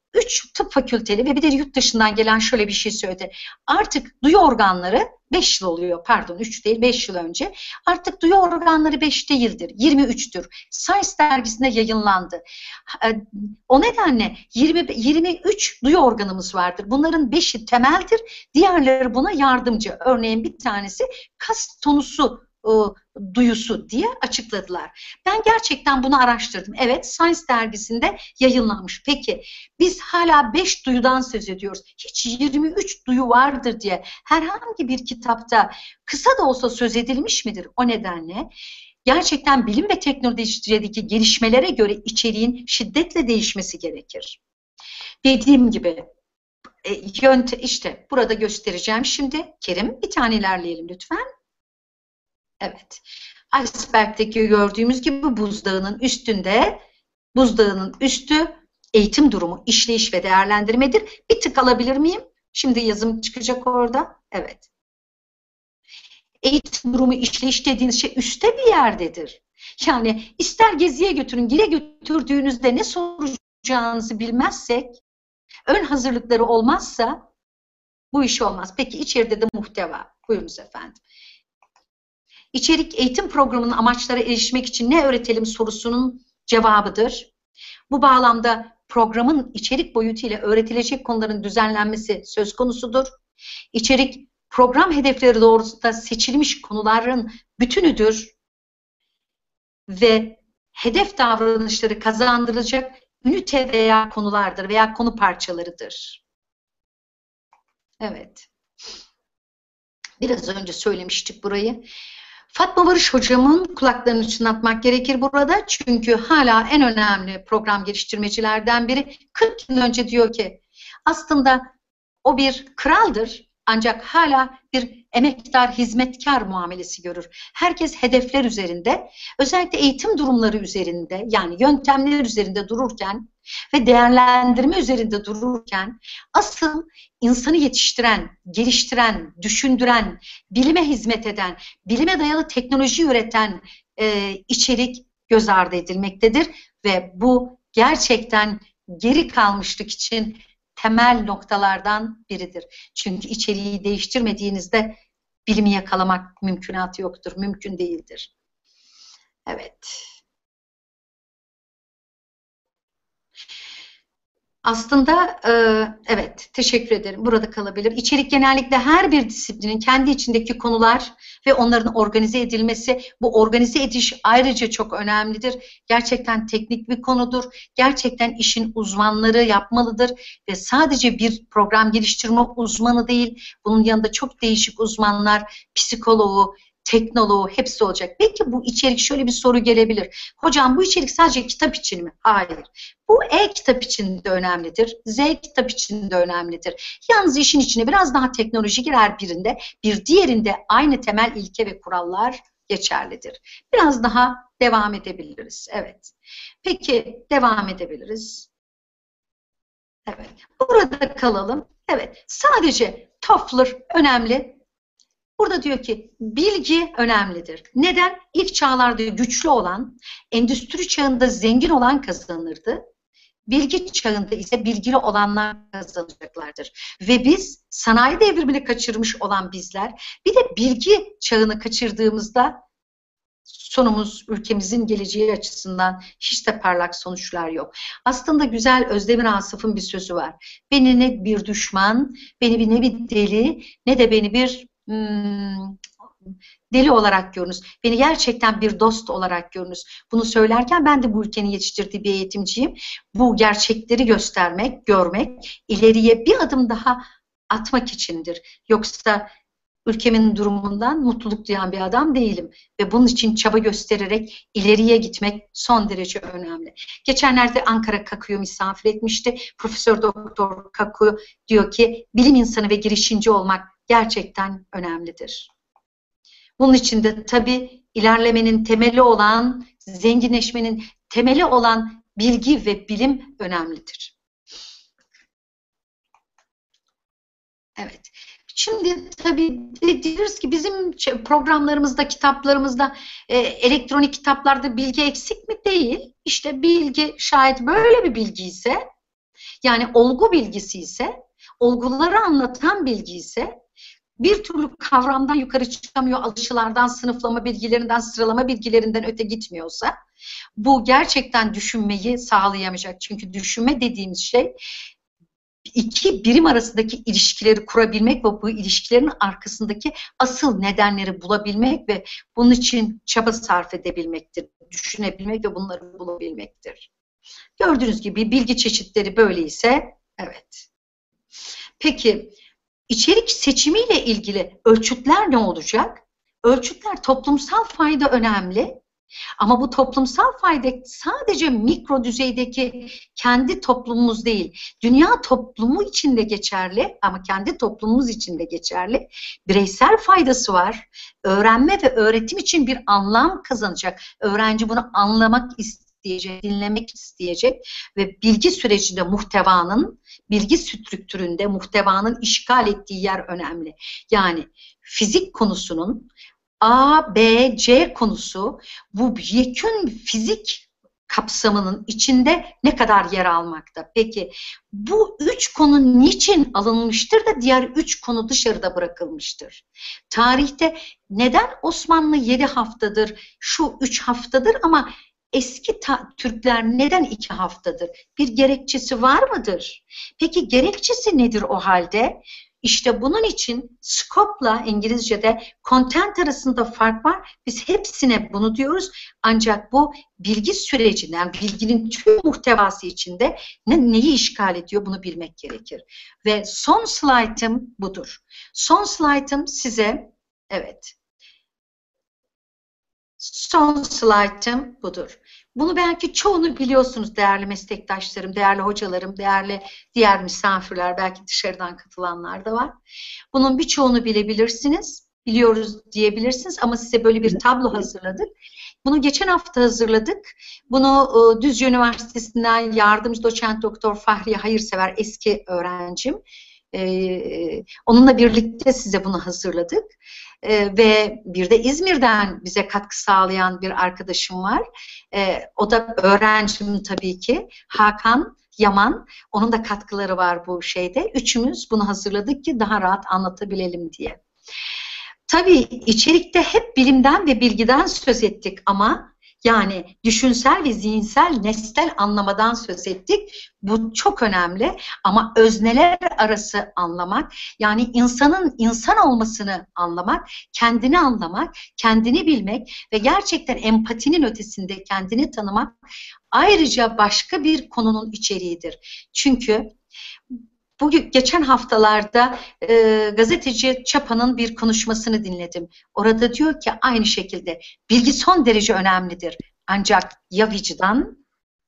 üç tıp fakülteli ve bir de yurt dışından gelen şöyle bir şey söyledi. Artık duyu organları beş yıl oluyor, pardon üç değil beş yıl önce. Artık duyu organları beş değildir, yirmi üçtür. Science dergisinde yayınlandı. O nedenle yirmi, yirmi üç duyu organımız vardır. Bunların beşi temeldir, diğerleri buna yardımcı. Örneğin bir tanesi kas tonusu o, duyusu diye açıkladılar. Ben gerçekten bunu araştırdım. Evet, Science dergisinde yayınlanmış. Peki biz hala beş duyudan söz ediyoruz. Hiç yirmi üç duyu vardır diye herhangi bir kitapta kısa da olsa söz edilmiş midir? O nedenle gerçekten bilim ve teknolojideki gelişmelere göre içeriğin şiddetle değişmesi gerekir. Dediğim gibi e, yönte, işte burada göstereceğim şimdi. Kerim, bir tane ilerleyelim lütfen. Evet. Iceberg'deki gördüğümüz gibi buzdağının üstünde, buzdağının üstü eğitim durumu, işleyiş ve değerlendirmedir. Bir tık alabilir miyim? Şimdi yazım çıkacak orada. Evet. Eğitim durumu, işleyiş dediğiniz şey üstte bir yerdedir. Yani ister geziye götürün, gire götürdüğünüzde ne soracağınızı bilmezsek, ön hazırlıkları olmazsa bu iş olmaz. Peki içeride de muhteva. Buyurunuz efendim. İçerik eğitim programının amaçlara erişmek için ne öğretelim sorusunun cevabıdır. Bu bağlamda programın içerik boyutu ile öğretilecek konuların düzenlenmesi söz konusudur. İçerik program hedefleri doğrultusunda seçilmiş konuların bütünüdür ve hedef davranışları kazandırılacak ünite veya konulardır veya konu parçalarıdır. Evet. Biraz önce söylemiştik burayı. Fatma Barış hocamın kulaklarını çınlatmak gerekir burada. Çünkü hala en önemli program geliştirmecilerden biri. kırk yıl önce diyor ki aslında o bir kraldır ancak hala bir emektar, hizmetkar muamelesi görür. Herkes hedefler üzerinde, özellikle eğitim durumları üzerinde, yani yöntemler üzerinde dururken ve değerlendirme üzerinde dururken asıl insanı yetiştiren, geliştiren, düşündüren, bilime hizmet eden, bilime dayalı teknoloji üreten e, içerik göz ardı edilmektedir ve bu gerçekten geri kalmışlık için temel noktalardan biridir. Çünkü içeriği değiştirmediğinizde bilimi yakalamak mümkünatı yoktur, mümkün değildir. Evet. Aslında e, evet, teşekkür ederim. Burada kalabilir. İçerik genellikle her bir disiplinin kendi içindeki konular ve onların organize edilmesi, bu organize ediş ayrıca çok önemlidir. Gerçekten teknik bir konudur. Gerçekten işin uzmanları yapmalıdır ve sadece bir program geliştirme uzmanı değil, bunun yanında çok değişik uzmanlar, psikoloğu, teknoloğu hepsi olacak. Belki bu içerik şöyle bir soru gelebilir. Hocam bu içerik sadece kitap için mi? Hayır. Bu e-kitap için de önemlidir. Z-kitap için de önemlidir. Yalnız işin içine biraz daha teknoloji girer birinde, bir diğerinde aynı temel ilke ve kurallar geçerlidir. Biraz daha devam edebiliriz. Evet. Peki devam edebiliriz. Evet. Burada kalalım. Evet. Sadece TOEFL önemli. Burada diyor ki bilgi önemlidir. Neden? İlk çağlarda güçlü olan, endüstri çağında zengin olan kazanırdı. Bilgi çağında ise bilgili olanlar kazanacaklardır. Ve biz sanayi devrimini kaçırmış olan bizler bir de bilgi çağını kaçırdığımızda sonumuz ülkemizin geleceği açısından hiç de parlak sonuçlar yok. Aslında güzel Özdemir Asaf'ın bir sözü var. Beni ne bir düşman, beni ne bir deli, ne de beni bir Hmm, deli olarak görünüz. Beni gerçekten bir dost olarak görünüz. Bunu söylerken ben de bu ülkenin yetiştirdiği bir eğitimciyim. Bu gerçekleri göstermek, görmek, ileriye bir adım daha atmak içindir. Yoksa ülkemin durumundan mutluluk duyan bir adam değilim. Ve bunun için çaba göstererek ileriye gitmek son derece önemli. Geçenlerde Ankara Kaku'yu misafir etmişti. Profesör Doktor Kaku diyor ki bilim insanı ve girişimci olmak gerçekten önemlidir. Bunun için de tabii ilerlemenin temeli olan, zenginleşmenin temeli olan bilgi ve bilim önemlidir. Evet. Şimdi tabii diyoruz ki bizim programlarımızda, kitaplarımızda, e, elektronik kitaplarda bilgi eksik mi? Değil. İşte bilgi şayet böyle bir bilgi ise Yani olgu bilgisi ise, olguları anlatan bilgi ise bir türlü kavramdan yukarı çıkamıyor, alışılardan, sınıflama bilgilerinden, sıralama bilgilerinden öte gitmiyorsa bu gerçekten düşünmeyi sağlayamayacak. Çünkü düşünme dediğimiz şey iki birim arasındaki ilişkileri kurabilmek ve bu ilişkilerin arkasındaki asıl nedenleri bulabilmek ve bunun için çaba sarf edebilmektir. Düşünebilmek ve bunları bulabilmektir. Gördüğünüz gibi bilgi çeşitleri böyleyse, evet. Peki, içerik seçimiyle ilgili ölçütler ne olacak? Ölçütler, toplumsal fayda önemli. Ama bu toplumsal fayda sadece mikro düzeydeki kendi toplumumuz değil, dünya toplumu için de geçerli ama kendi toplumumuz için de geçerli. Bireysel faydası var. Öğrenme ve öğretim için bir anlam kazanacak. Öğrenci bunu anlamak isteyecek, dinlemek isteyecek ve bilgi sürecinde muhtevanın, bilgi strüktüründe muhtevanın işgal ettiği yer önemli. Yani fizik konusunun A, B, C konusu bu yekün fizik kapsamının içinde ne kadar yer almakta? Peki bu üç konu niçin alınmıştır da diğer üç konu dışarıda bırakılmıştır? Tarihte neden Osmanlı yedi haftadır, şu üç haftadır ama eski Türkler neden iki haftadır? Bir gerekçesi var mıdır? Peki gerekçesi nedir o halde? İşte bunun için scope'la İngilizce'de content arasında fark var. Biz hepsine bunu diyoruz. Ancak bu bilgi sürecinden, bilginin tüm muhtevası içinde ne, neyi işgal ediyor bunu bilmek gerekir. Ve son slaytım budur. Son slaytım size, evet, son slaytım budur. Bunu belki çoğunu biliyorsunuz değerli meslektaşlarım, değerli hocalarım, değerli diğer misafirler, belki dışarıdan katılanlar da var. Bunun birçoğunu bilebilirsiniz, biliyoruz diyebilirsiniz ama size böyle bir tablo hazırladık. Bunu geçen hafta hazırladık. Bunu e, Düzce Üniversitesi'nden yardımcı doçent doktor Fahriye Hayırsever, eski öğrencim. Ee, onunla birlikte size bunu hazırladık. Ee, ve bir de İzmir'den bize katkı sağlayan bir arkadaşım var. Ee, o da öğrencim tabii ki. Hakan Yaman. Onun da katkıları var bu şeyde. Üçümüz bunu hazırladık ki daha rahat anlatabilelim diye. Tabii içerikte hep bilimden ve bilgiden söz ettik ama yani düşünsel ve zihinsel, nesnel anlamadan söz ettik. Bu çok önemli ama özneler arası anlamak, yani insanın insan olmasını anlamak, kendini anlamak, kendini bilmek ve gerçekten empatinin ötesinde kendini tanımak ayrıca başka bir konunun içeriğidir. Çünkü bugün geçen haftalarda e, gazeteci Çapa'nın bir konuşmasını dinledim. Orada diyor ki aynı şekilde bilgi son derece önemlidir. Ancak ya vicdan?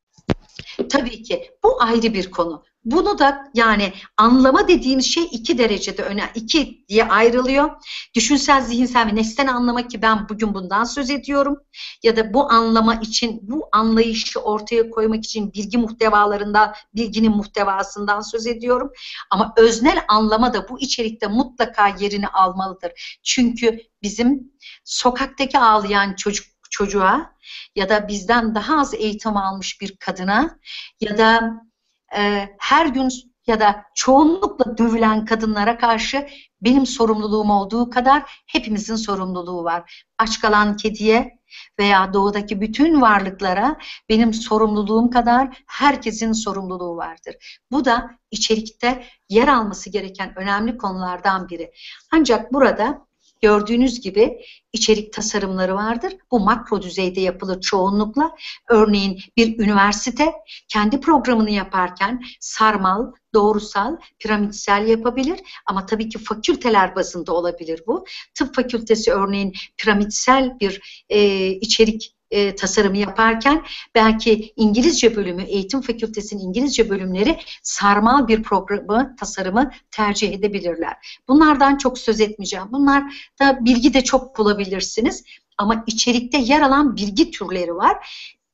Tabii ki bu ayrı bir konu. Bunu da yani anlama dediğimiz şey iki derecede önemli, iki diye ayrılıyor. Düşünsel, zihinsel ve nesnel anlama ki ben bugün bundan söz ediyorum. Ya da bu anlama için, bu anlayışı ortaya koymak için bilgi muhtevalarından, bilginin muhtevasından söz ediyorum. Ama öznel anlama da bu içerikte mutlaka yerini almalıdır. Çünkü bizim sokaktaki ağlayan çocuk çocuğa ya da bizden daha az eğitim almış bir kadına ya da e, her gün ya da çoğunlukla dövülen kadınlara karşı benim sorumluluğum olduğu kadar hepimizin sorumluluğu var. Aç kalan kediye veya doğudaki bütün varlıklara benim sorumluluğum kadar herkesin sorumluluğu vardır. Bu da içerikte yer alması gereken önemli konulardan biri. Ancak burada gördüğünüz gibi içerik tasarımları vardır. Bu makro düzeyde yapılır çoğunlukla. Örneğin bir üniversite kendi programını yaparken sarmal, doğrusal, piramitsel yapabilir. Ama tabii ki fakülteler bazında olabilir bu. Tıp fakültesi örneğin piramitsel bir e, içerik E, tasarımı yaparken belki İngilizce bölümü, eğitim fakültesinin İngilizce bölümleri sarmal bir programı, tasarımı tercih edebilirler. Bunlardan çok söz etmeyeceğim. Bunlar da bilgi de çok bulabilirsiniz. Ama içerikte yer alan bilgi türleri var.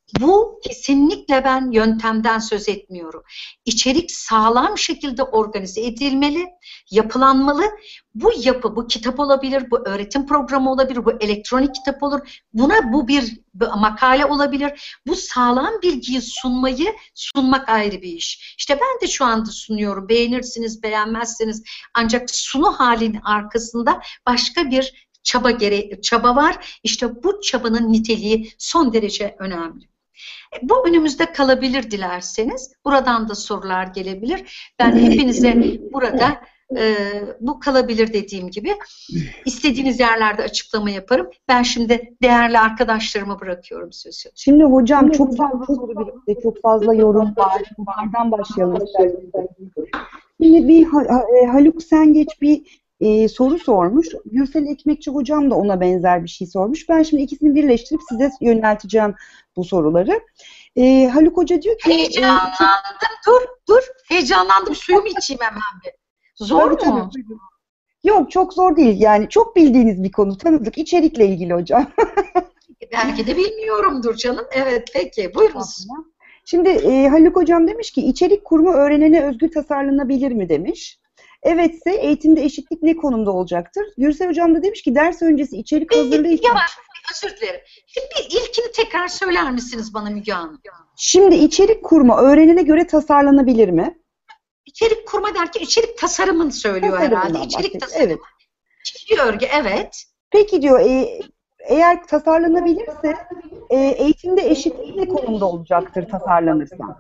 Bu kesinlikle ben yöntemden söz etmiyorum. İçerik sağlam şekilde organize edilmeli, yapılanmalı. Bu yapı, bu kitap olabilir, bu öğretim programı olabilir, bu elektronik kitap olur. Buna bu bir makale olabilir. Bu sağlam bilgiyi sunmayı, sunmak ayrı bir iş. İşte ben de şu anda sunuyorum. Beğenirsiniz, beğenmezsiniz. Ancak sunu halinin arkasında başka bir çaba gere çaba var. İşte bu çabanın niteliği son derece önemli. Bu önümüzde kalabilir dilerseniz. Buradan da sorular gelebilir. Ben hepinize burada e, bu kalabilir dediğim gibi istediğiniz yerlerde açıklama yaparım. Ben şimdi değerli arkadaşlarıma bırakıyorum sözü. Şimdi hocam çok fazla soru birikti, çok fazla yorum var. Bunlardan başlayalım isterseniz. Şimdi bir Haluk Sengeç bir e, soru sormuş. Gürsel Ekmekçi hocam da ona benzer bir şey sormuş. Ben şimdi ikisini birleştirip size yönelteceğim bu soruları. E, Haluk Hoca diyor ki... Heyecanlandım. E, dur, dur. Heyecanlandım. Suyumu içeyim hemen bir. Zor tabii, mu? Tabii. Yok, çok zor değil. Yani çok bildiğiniz bir konu. Tanıdık. İçerikle ilgili hocam. Belki de bilmiyorumdur canım. Evet, peki. Buyurunuz. Şimdi e, Haluk hocam demiş ki içerik kurma öğrenene özgü tasarlanabilir mi demiş. Evetse eğitimde eşitlik ne konumda olacaktır? Gürsel hocam da demiş ki ders öncesi içerik hazırlığı için... Yavaş, özür dilerim. Şimdi bir ilkini tekrar söyler misiniz bana Müge Hanım? Şimdi içerik kurma öğrenene göre tasarlanabilir mi? İçerik kurma derken içerik tasarımını söylüyor Tasarımından herhalde. İçerik bahsediyor. tasarımı. Evet. Çizgi örgü, evet. Peki diyor, e, eğer tasarlanabilirse e, eğitimde eşitlik ne konumda olacaktır tasarlanırsa?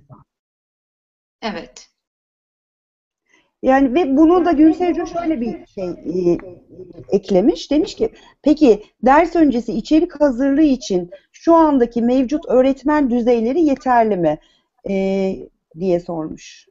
Evet. Yani ve bunu da Gürsel Hoca şöyle bir şey e, eklemiş. Demiş ki peki ders öncesi içerik hazırlığı için şu andaki mevcut öğretmen düzeyleri yeterli mi? E, diye sormuş.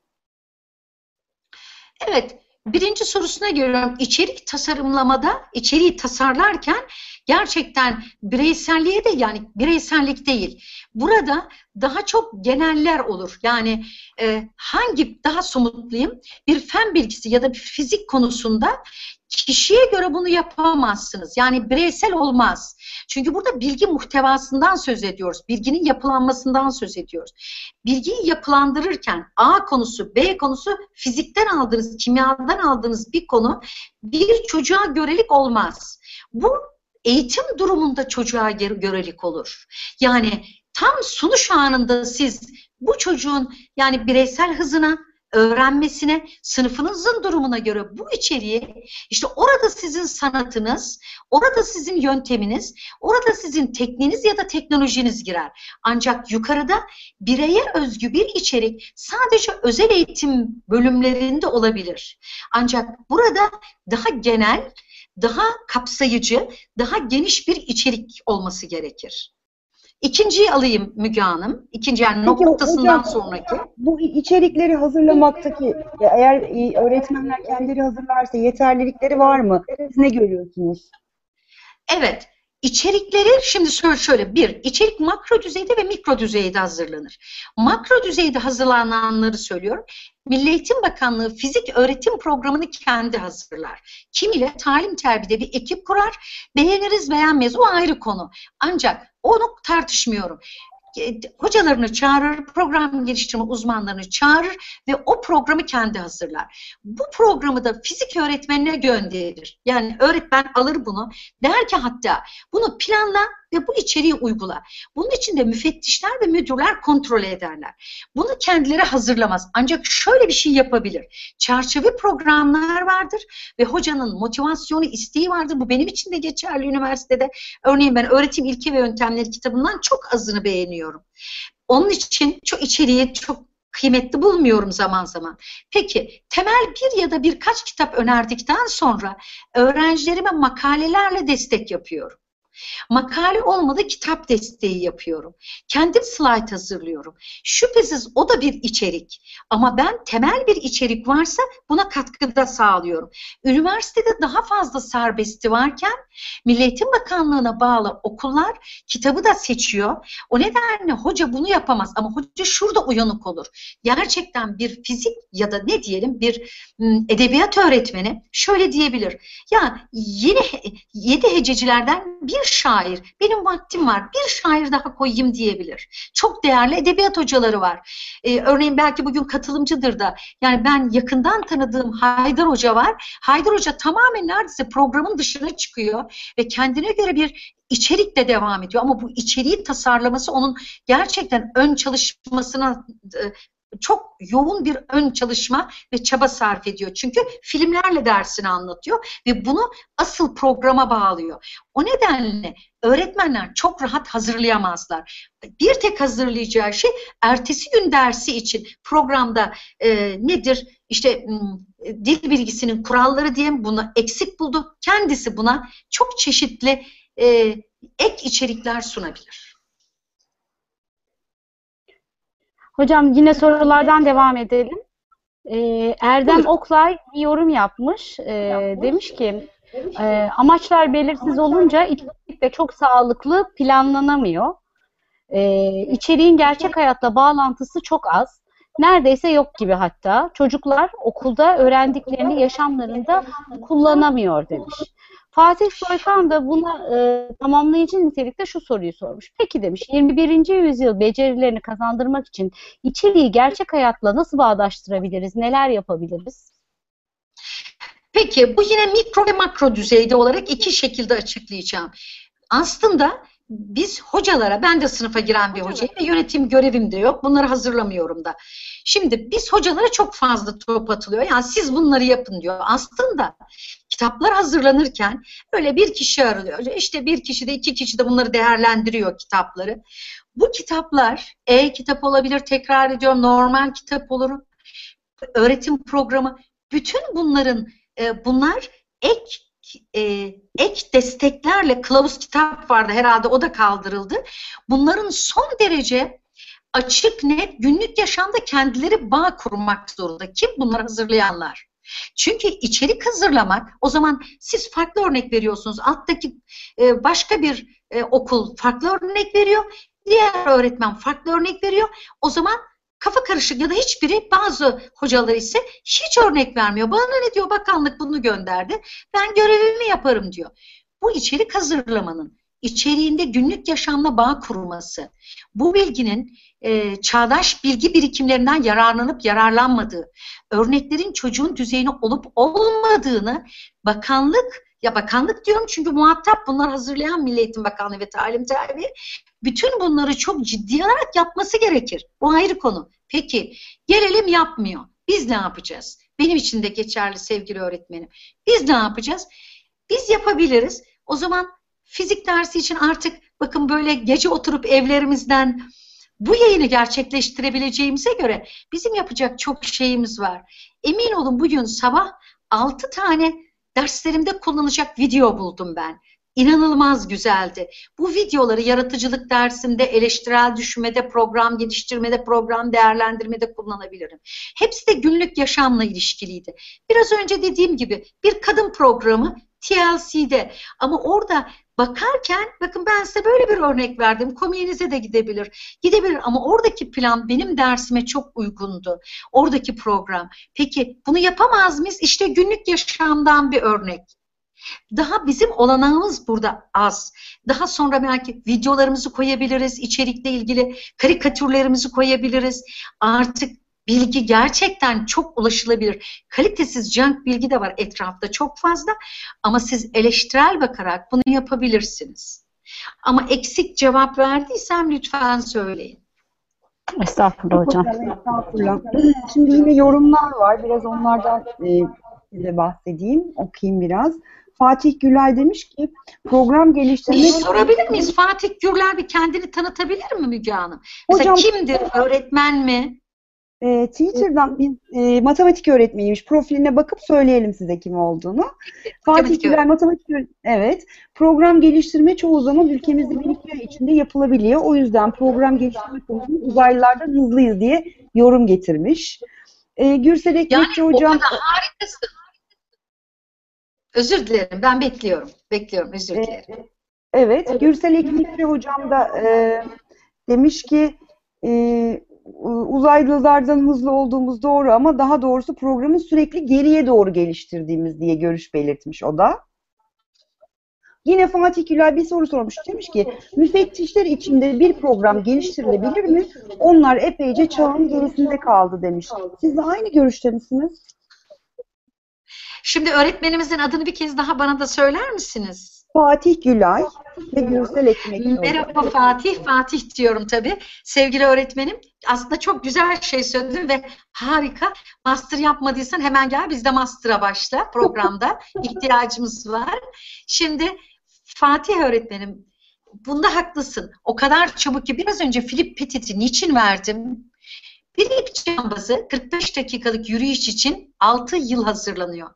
Evet. Birinci sorusuna geliyorum. İçerik tasarımlamada, içeriği tasarlarken gerçekten bireyselliğe de, yani bireysellik değil. Burada daha çok geneller olur. Yani e, hangi, daha somutlayayım, bir fen bilgisi ya da bir fizik konusunda kişiye göre bunu yapamazsınız. Yani bireysel olmaz. Çünkü burada bilgi muhtevasından söz ediyoruz. Bilginin yapılanmasından söz ediyoruz. Bilgiyi yapılandırırken A konusu, B konusu fizikten aldığınız, kimyadan aldığınız bir konu bir çocuğa görelik olmaz. Bu eğitim durumunda çocuğa görelik olur. Yani tam sunuş anında siz bu çocuğun yani bireysel hızına, öğrenmesine, sınıfınızın durumuna göre bu içeriği, işte orada sizin sanatınız, orada sizin yönteminiz, orada sizin tekniğiniz ya da teknolojiniz girer. Ancak yukarıda bireye özgü bir içerik sadece özel eğitim bölümlerinde olabilir. Ancak burada daha genel, daha kapsayıcı, daha geniş bir içerik olması gerekir. İkinciyi alayım Müge Hanım. İkinci, yani Peki, noktasından hocam, sonraki. Bu içerikleri hazırlamaktaki, eğer öğretmenler kendileri hazırlarsa yeterlilikleri var mı? Siz ne görüyorsunuz? Evet. İçerikleri şimdi şöyle, şöyle bir, içerik makro düzeyde ve mikro düzeyde hazırlanır. Makro düzeyde hazırlananları söylüyorum. Milli Eğitim Bakanlığı fizik öğretim programını kendi hazırlar. Kimiyle talim terbiyede bir ekip kurar, beğeniriz beğenmeyiz o ayrı konu. Ancak onu tartışmıyorum. Hocalarını çağırır, program geliştirme uzmanlarını çağırır ve o programı kendi hazırlar. Bu programı da fizik öğretmenine gönderir. Yani öğretmen alır bunu, der ki hatta bunu planla ve bu içeriği uygula. Bunun için de müfettişler ve müdürler kontrol ederler. Bunu kendileri hazırlamaz. Ancak şöyle bir şey yapabilir. Çerçeve programlar vardır ve hocanın motivasyonu, isteği vardır. Bu benim için de geçerli üniversitede. Örneğin ben öğretim ilke ve yöntemleri kitabından çok azını beğeniyorum. Onun için çok içeriği çok kıymetli bulmuyorum zaman zaman. Peki temel bir ya da birkaç kitap önerdikten sonra öğrencilerime makalelerle destek yapıyorum. Makale olmadı kitap desteği yapıyorum. Kendim slide hazırlıyorum. Şüphesiz o da bir içerik. Ama ben temel bir içerik varsa buna katkıda sağlıyorum. Üniversitede daha fazla serbesti varken Milli Eğitim Bakanlığı'na bağlı okullar kitabı da seçiyor. O nedenle hoca bunu yapamaz ama hoca şurada uyanık olur. Gerçekten bir fizik ya da ne diyelim bir edebiyat öğretmeni şöyle diyebilir. Ya yeni yedi hececilerden bir şair, benim vaktim var, bir şair daha koyayım diyebilir. Çok değerli edebiyat hocaları var. Ee, örneğin belki bugün katılımcıdır da, yani ben yakından tanıdığım Haydar Hoca var. Haydar Hoca tamamen neredeyse programın dışına çıkıyor ve kendine göre bir içerikle devam ediyor. Ama bu içeriği tasarlaması onun gerçekten ön çalışmasına e, çok yoğun bir ön çalışma ve çaba sarf ediyor. Çünkü filmlerle dersini anlatıyor ve bunu asıl programa bağlıyor. O nedenle öğretmenler çok rahat hazırlayamazlar. Bir tek hazırlayacağı şey ertesi gün dersi için programda e, nedir? İşte dil bilgisinin kuralları diye bunu eksik buldu. Kendisi buna çok çeşitli e, ek içerikler sunabilir. Hocam yine sorulardan devam edelim. Ee, Erdem Buyurun. Oklay bir yorum yapmış. Ee, demiş ki e, amaçlar belirsiz olunca içerik de çok sağlıklı planlanamıyor. Ee, içeriğin gerçek hayatla bağlantısı çok az. Neredeyse yok gibi hatta. Çocuklar okulda öğrendiklerini yaşamlarında kullanamıyor demiş. Fatih Soykan da buna e, tamamlayıcı nitelikte şu soruyu sormuş. Peki demiş, yirmi birinci yüzyıl becerilerini kazandırmak için içeriği gerçek hayatla nasıl bağdaştırabiliriz, neler yapabiliriz? Peki bu yine mikro ve makro düzeyde olarak iki şekilde açıklayacağım. Aslında biz hocalara, ben de sınıfa giren bir hocayım ve yönetim görevim de yok. Bunları hazırlamıyorum da. Şimdi biz hocalara çok fazla top atılıyor. Yani siz bunları yapın diyor. Aslında kitaplar hazırlanırken öyle bir kişi arıyor. İşte bir kişi de iki kişi de bunları değerlendiriyor kitapları. Bu kitaplar e-kitap olabilir, tekrar ediyorum, normal kitap olur, öğretim programı. Bütün bunların e, bunlar ek e, ek desteklerle, kılavuz kitap vardı herhalde, o da kaldırıldı. Bunların son derece açık, net, günlük yaşamda kendileri bağ kurmak zorunda. Kim? Bunları hazırlayanlar. Çünkü içerik hazırlamak, o zaman siz farklı örnek veriyorsunuz. Alttaki e, başka bir e, okul farklı örnek veriyor. Diğer öğretmen farklı örnek veriyor. O zaman kafa karışık ya da hiçbiri, bazı hocalar ise hiç örnek vermiyor. Bana ne diyor, bakanlık bunu gönderdi, ben görevimi yaparım diyor. Bu içerik hazırlamanın içeriğinde günlük yaşamla bağ kurulması, bu bilginin e, çağdaş bilgi birikimlerinden yararlanıp yararlanmadığı, örneklerin çocuğun düzeyine olup olmadığını bakanlık, ya bakanlık diyorum çünkü muhatap bunlar hazırlayan Milli Eğitim Bakanlığı ve Talim Terbiye, bütün bunları çok ciddi olarak yapması gerekir. Bu ayrı konu. Peki gelelim yapmıyor. Biz ne yapacağız? Benim için de geçerli sevgili öğretmenim. Biz ne yapacağız? Biz yapabiliriz. O zaman fizik dersi için artık bakın böyle gece oturup evlerimizden bu yayını gerçekleştirebileceğimize göre bizim yapacak çok şeyimiz var. Emin olun bugün sabah altı tane derslerimde kullanacak video buldum ben. İnanılmaz güzeldi. Bu videoları yaratıcılık dersinde, eleştirel düşünmede, program geliştirmede, program değerlendirmede kullanabilirim. Hepsi de günlük yaşamla ilişkiliydi. Biraz önce dediğim gibi bir kadın programı T L C'de, ama orada bakarken bakın ben size böyle bir örnek verdim. Komiğinize de gidebilir. Gidebilir ama oradaki plan benim dersime çok uygundu. Oradaki program. Peki bunu yapamaz mıyız? İşte günlük yaşamdan bir örnek. Daha bizim olanağımız burada az. Daha sonra belki videolarımızı koyabiliriz, içerikle ilgili karikatürlerimizi koyabiliriz. Artık bilgi gerçekten çok ulaşılabilir. Kalitesiz junk bilgi de var etrafta çok fazla, ama siz eleştirel bakarak bunu yapabilirsiniz. Ama eksik cevap verdiysem lütfen söyleyin. Estağfurullah hocam. Estağfurullah. Şimdi yine yorumlar var. Biraz onlardan e, size bahsedeyim. Okuyayım biraz. Fatih Gülay demiş ki program Bir geliştirmek... sorabilir miyiz? Fatih Gürler bir kendini tanıtabilir mi Müge Hanım? Mesela Hocam, kimdir? Öğretmen mi? E, Twitter'dan biz e, matematik öğretmeniymiş. Profiline bakıp söyleyelim size kim olduğunu. Fatih Gülay matematik öğretmeni. Evet. Program geliştirme çoğu zaman ülkemizde bir iki ay içinde yapılabiliyor. O yüzden program geliştirme konusunda uzaylılardan hızlıyız diye yorum getirmiş. E, Gürsel Ekmekçi Yani hocam... o kadar harikasın. Özür dilerim. Ben bekliyorum. Bekliyorum. Özür dilerim. E, evet. Gürsel Ekmekçi hocam da e, demiş ki e, uzaylılardan hızlı olduğumuz doğru ama daha doğrusu programı sürekli geriye doğru geliştirdiğimiz diye görüş belirtmiş o da. Yine Fatih Gülay bir soru sormuş. Demiş ki müfettişler içinde bir program geliştirilebilir mi? Onlar epeyce çağın gerisinde kaldı demiş. Siz de aynı görüşte misiniz? Şimdi öğretmenimizin adını bir kez daha bana da söyler misiniz? Fatih Gülay ve Gürsel Ekmekçioğlu. Merhaba Fatih, Fatih diyorum tabii. Sevgili öğretmenim, aslında çok güzel şey söyledin ve harika. Master yapmadıysan hemen gel, biz de master'a başla programda. İhtiyacımız var. Şimdi Fatih öğretmenim, bunda haklısın. O kadar çabuk ki biraz önce Philip Petit'i niçin verdim? Philip cambazı kırk beş dakikalık yürüyüş için altı yıl hazırlanıyor.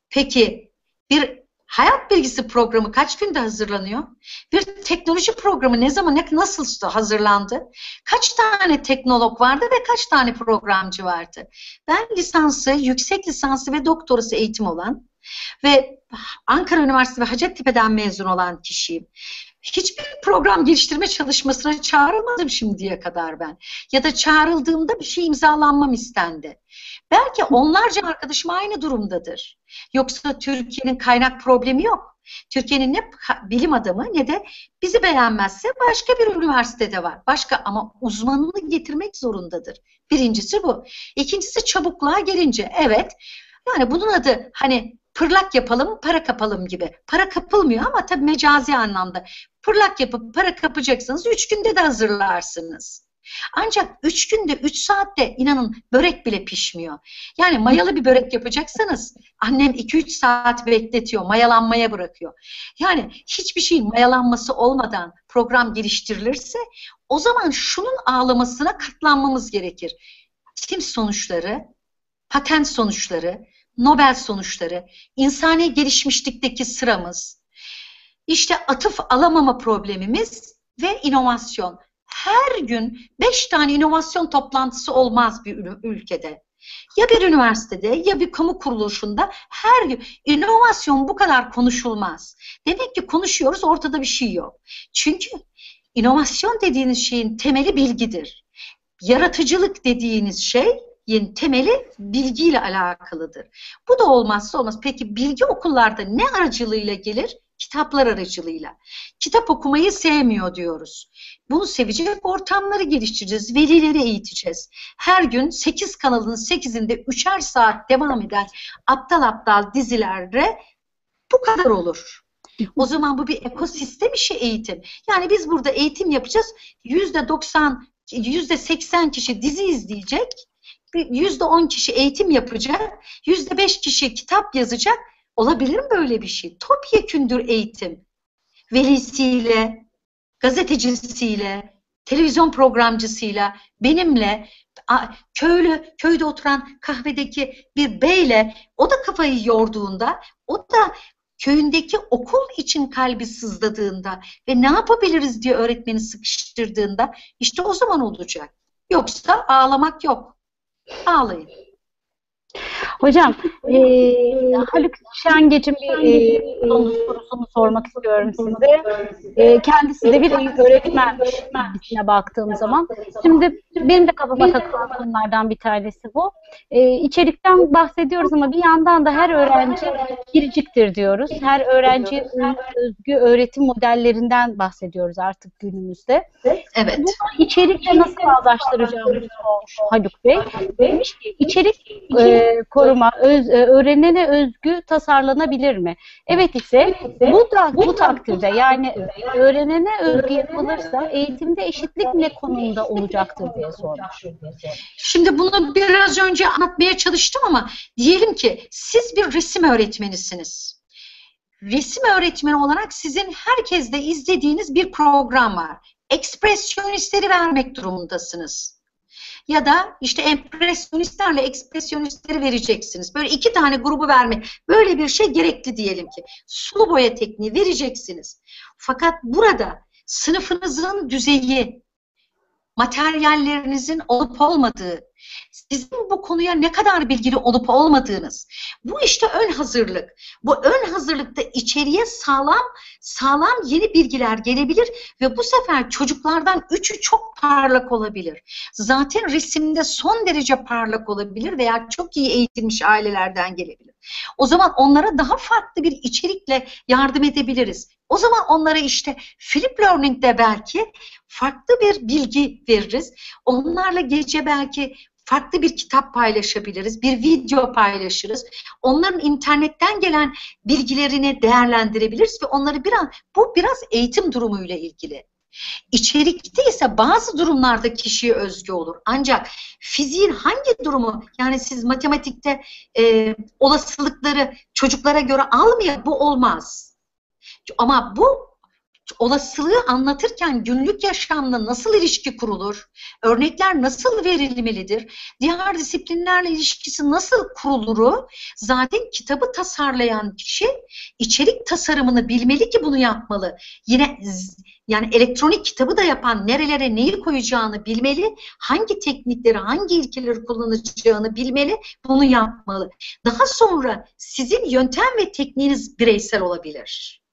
Peki bir hayat bilgisi programı kaç günde hazırlanıyor? Bir teknoloji programı ne zaman, ne, nasıl hazırlandı? Kaç tane teknolog vardı ve kaç tane programcı vardı? Ben lisansı, yüksek lisansı ve doktorası eğitim olan ve Ankara Üniversitesi ve Hacettepe'den mezun olan kişiyim. Hiçbir program geliştirme çalışmasına çağrılmadım şimdiye kadar ben. Ya da çağrıldığımda bir şey imzalanmam istendi. Belki onlarca arkadaşım aynı durumdadır. Yoksa Türkiye'nin kaynak problemi yok. Türkiye'nin ne bilim adamı ne de bizi beğenmezse başka bir üniversitede var. Başka ama uzmanını getirmek zorundadır. Birincisi bu. İkincisi çabukluğa gelince evet yani bunun adı hani pırlak yapalım, para kapalım gibi. Para kapılmıyor ama tabii mecazi anlamda. Pırlak yapıp para kapacaksınız, üç günde de hazırlarsınız. Ancak üç günde, üç saatte inanın börek bile pişmiyor. Yani mayalı bir börek yapacaksanız annem iki üç saat bekletiyor, mayalanmaya bırakıyor. Yani hiçbir şeyin mayalanması olmadan program geliştirilirse o zaman şunun ağlamasına katlanmamız gerekir. Tim sonuçları, patent sonuçları, Nobel sonuçları, insani gelişmişlikteki sıramız, işte atıf alamama problemimiz ve inovasyon. Her gün beş tane inovasyon toplantısı olmaz bir ülkede. Ya bir üniversitede ya bir kamu kuruluşunda her gün inovasyon bu kadar konuşulmaz. Demek ki konuşuyoruz, ortada bir şey yok. Çünkü inovasyon dediğiniz şeyin temeli bilgidir. Yaratıcılık dediğiniz şey temeli bilgiyle alakalıdır. Bu da olmazsa olmaz. Peki bilgi okullarda ne aracılığıyla gelir? Kitaplar aracılığıyla. Kitap okumayı sevmiyor diyoruz. Bunu sevecek ortamları geliştireceğiz. Velileri eğiteceğiz. Her gün sekiz kanalın sekizinde üçer saat devam eden aptal aptal dizilerde bu kadar olur. O zaman bu bir ekosistem işi eğitim. Yani biz burada eğitim yapacağız. yüzde doksan, yüzde seksen kişi dizi izleyecek. yüzde on kişi eğitim yapacak, yüzde beş kişi kitap yazacak. Olabilir mi böyle bir şey? Topyekündür eğitim. Velisiyle, gazetecisiyle, televizyon programcısıyla, benimle, köylü, köyde oturan kahvedeki bir beyle, o da kafayı yorduğunda, o da köyündeki okul için kalbi sızladığında ve ne yapabiliriz diye öğretmeni sıkıştırdığında işte o zaman olacak. Yoksa ağlamak yok. Ağlayın. Hocam, e, Haluk Şengeç'in bir e, son sorusunu sormak istiyorum size. E, kendisi de bir öğretmenmiş kendisine baktığım zaman. Şimdi benim de kafama takılan konulardan bir tanesi bu. E, içerikten bahsediyoruz ama bir yandan da her öğrenci biriciktir diyoruz. Her öğrenciye özgü öğretim modellerinden bahsediyoruz artık günümüzde. Evet. Bunu içerikle nasıl bağdaştıracağımızı sormuş Haluk Bey. Demiş ki içerik e, koruma, öz, öğrenene özgü tasarlanabilir mi? Evet ise bu da bu takdirde yani öğrenene özgü yapılırsa eğitimde eşitlik ne konumda olacaktır diye sormuş. Şimdi bunu biraz önce anlatmaya çalıştım ama diyelim ki siz bir resim öğretmenisiniz. Resim öğretmeni olarak sizin herkeste izlediğiniz bir program var. Ekspresyonistleri vermek durumundasınız. Ya da işte empresyonistlerle ekspresyonistleri vereceksiniz. Böyle iki tane grubu vermek. Böyle bir şey gerekli diyelim ki. Sulu boya tekniği vereceksiniz. Fakat burada sınıfınızın düzeyi, materyallerinizin olup olmadığı, sizin bu konuya ne kadar bilgili olup olmadığınız. Bu işte ön hazırlık. Bu ön hazırlıkta içeriye sağlam sağlam yeni bilgiler gelebilir ve bu sefer çocuklardan üçü çok parlak olabilir. Zaten resimde son derece parlak olabilir veya çok iyi eğitilmiş ailelerden gelebilir. O zaman onlara daha farklı bir içerikle yardım edebiliriz. O zaman onlara işte Flip Learning'de belki farklı bir bilgi veririz. Onlarla gece belki farklı bir kitap paylaşabiliriz, bir video paylaşırız. Onların internetten gelen bilgilerini değerlendirebiliriz ve onları biraz, bu biraz eğitim durumuyla ilgili. İçerikte ise bazı durumlarda kişiye özgü olur. Ancak fiziğin hangi durumu, yani siz matematikte e, olasılıkları çocuklara göre almayın, bu olmaz. Ama bu olasılığı anlatırken günlük yaşamla nasıl ilişki kurulur, örnekler nasıl verilmelidir, diğer disiplinlerle ilişkisi nasıl kuruluru zaten kitabı tasarlayan kişi içerik tasarımını bilmeli ki bunu yapmalı. Yine yani elektronik kitabı da yapan nerelere neyi koyacağını bilmeli, hangi teknikleri, hangi ilkeleri kullanacağını bilmeli, bunu yapmalı. Daha sonra sizin yöntem ve tekniğiniz bireysel olabilir.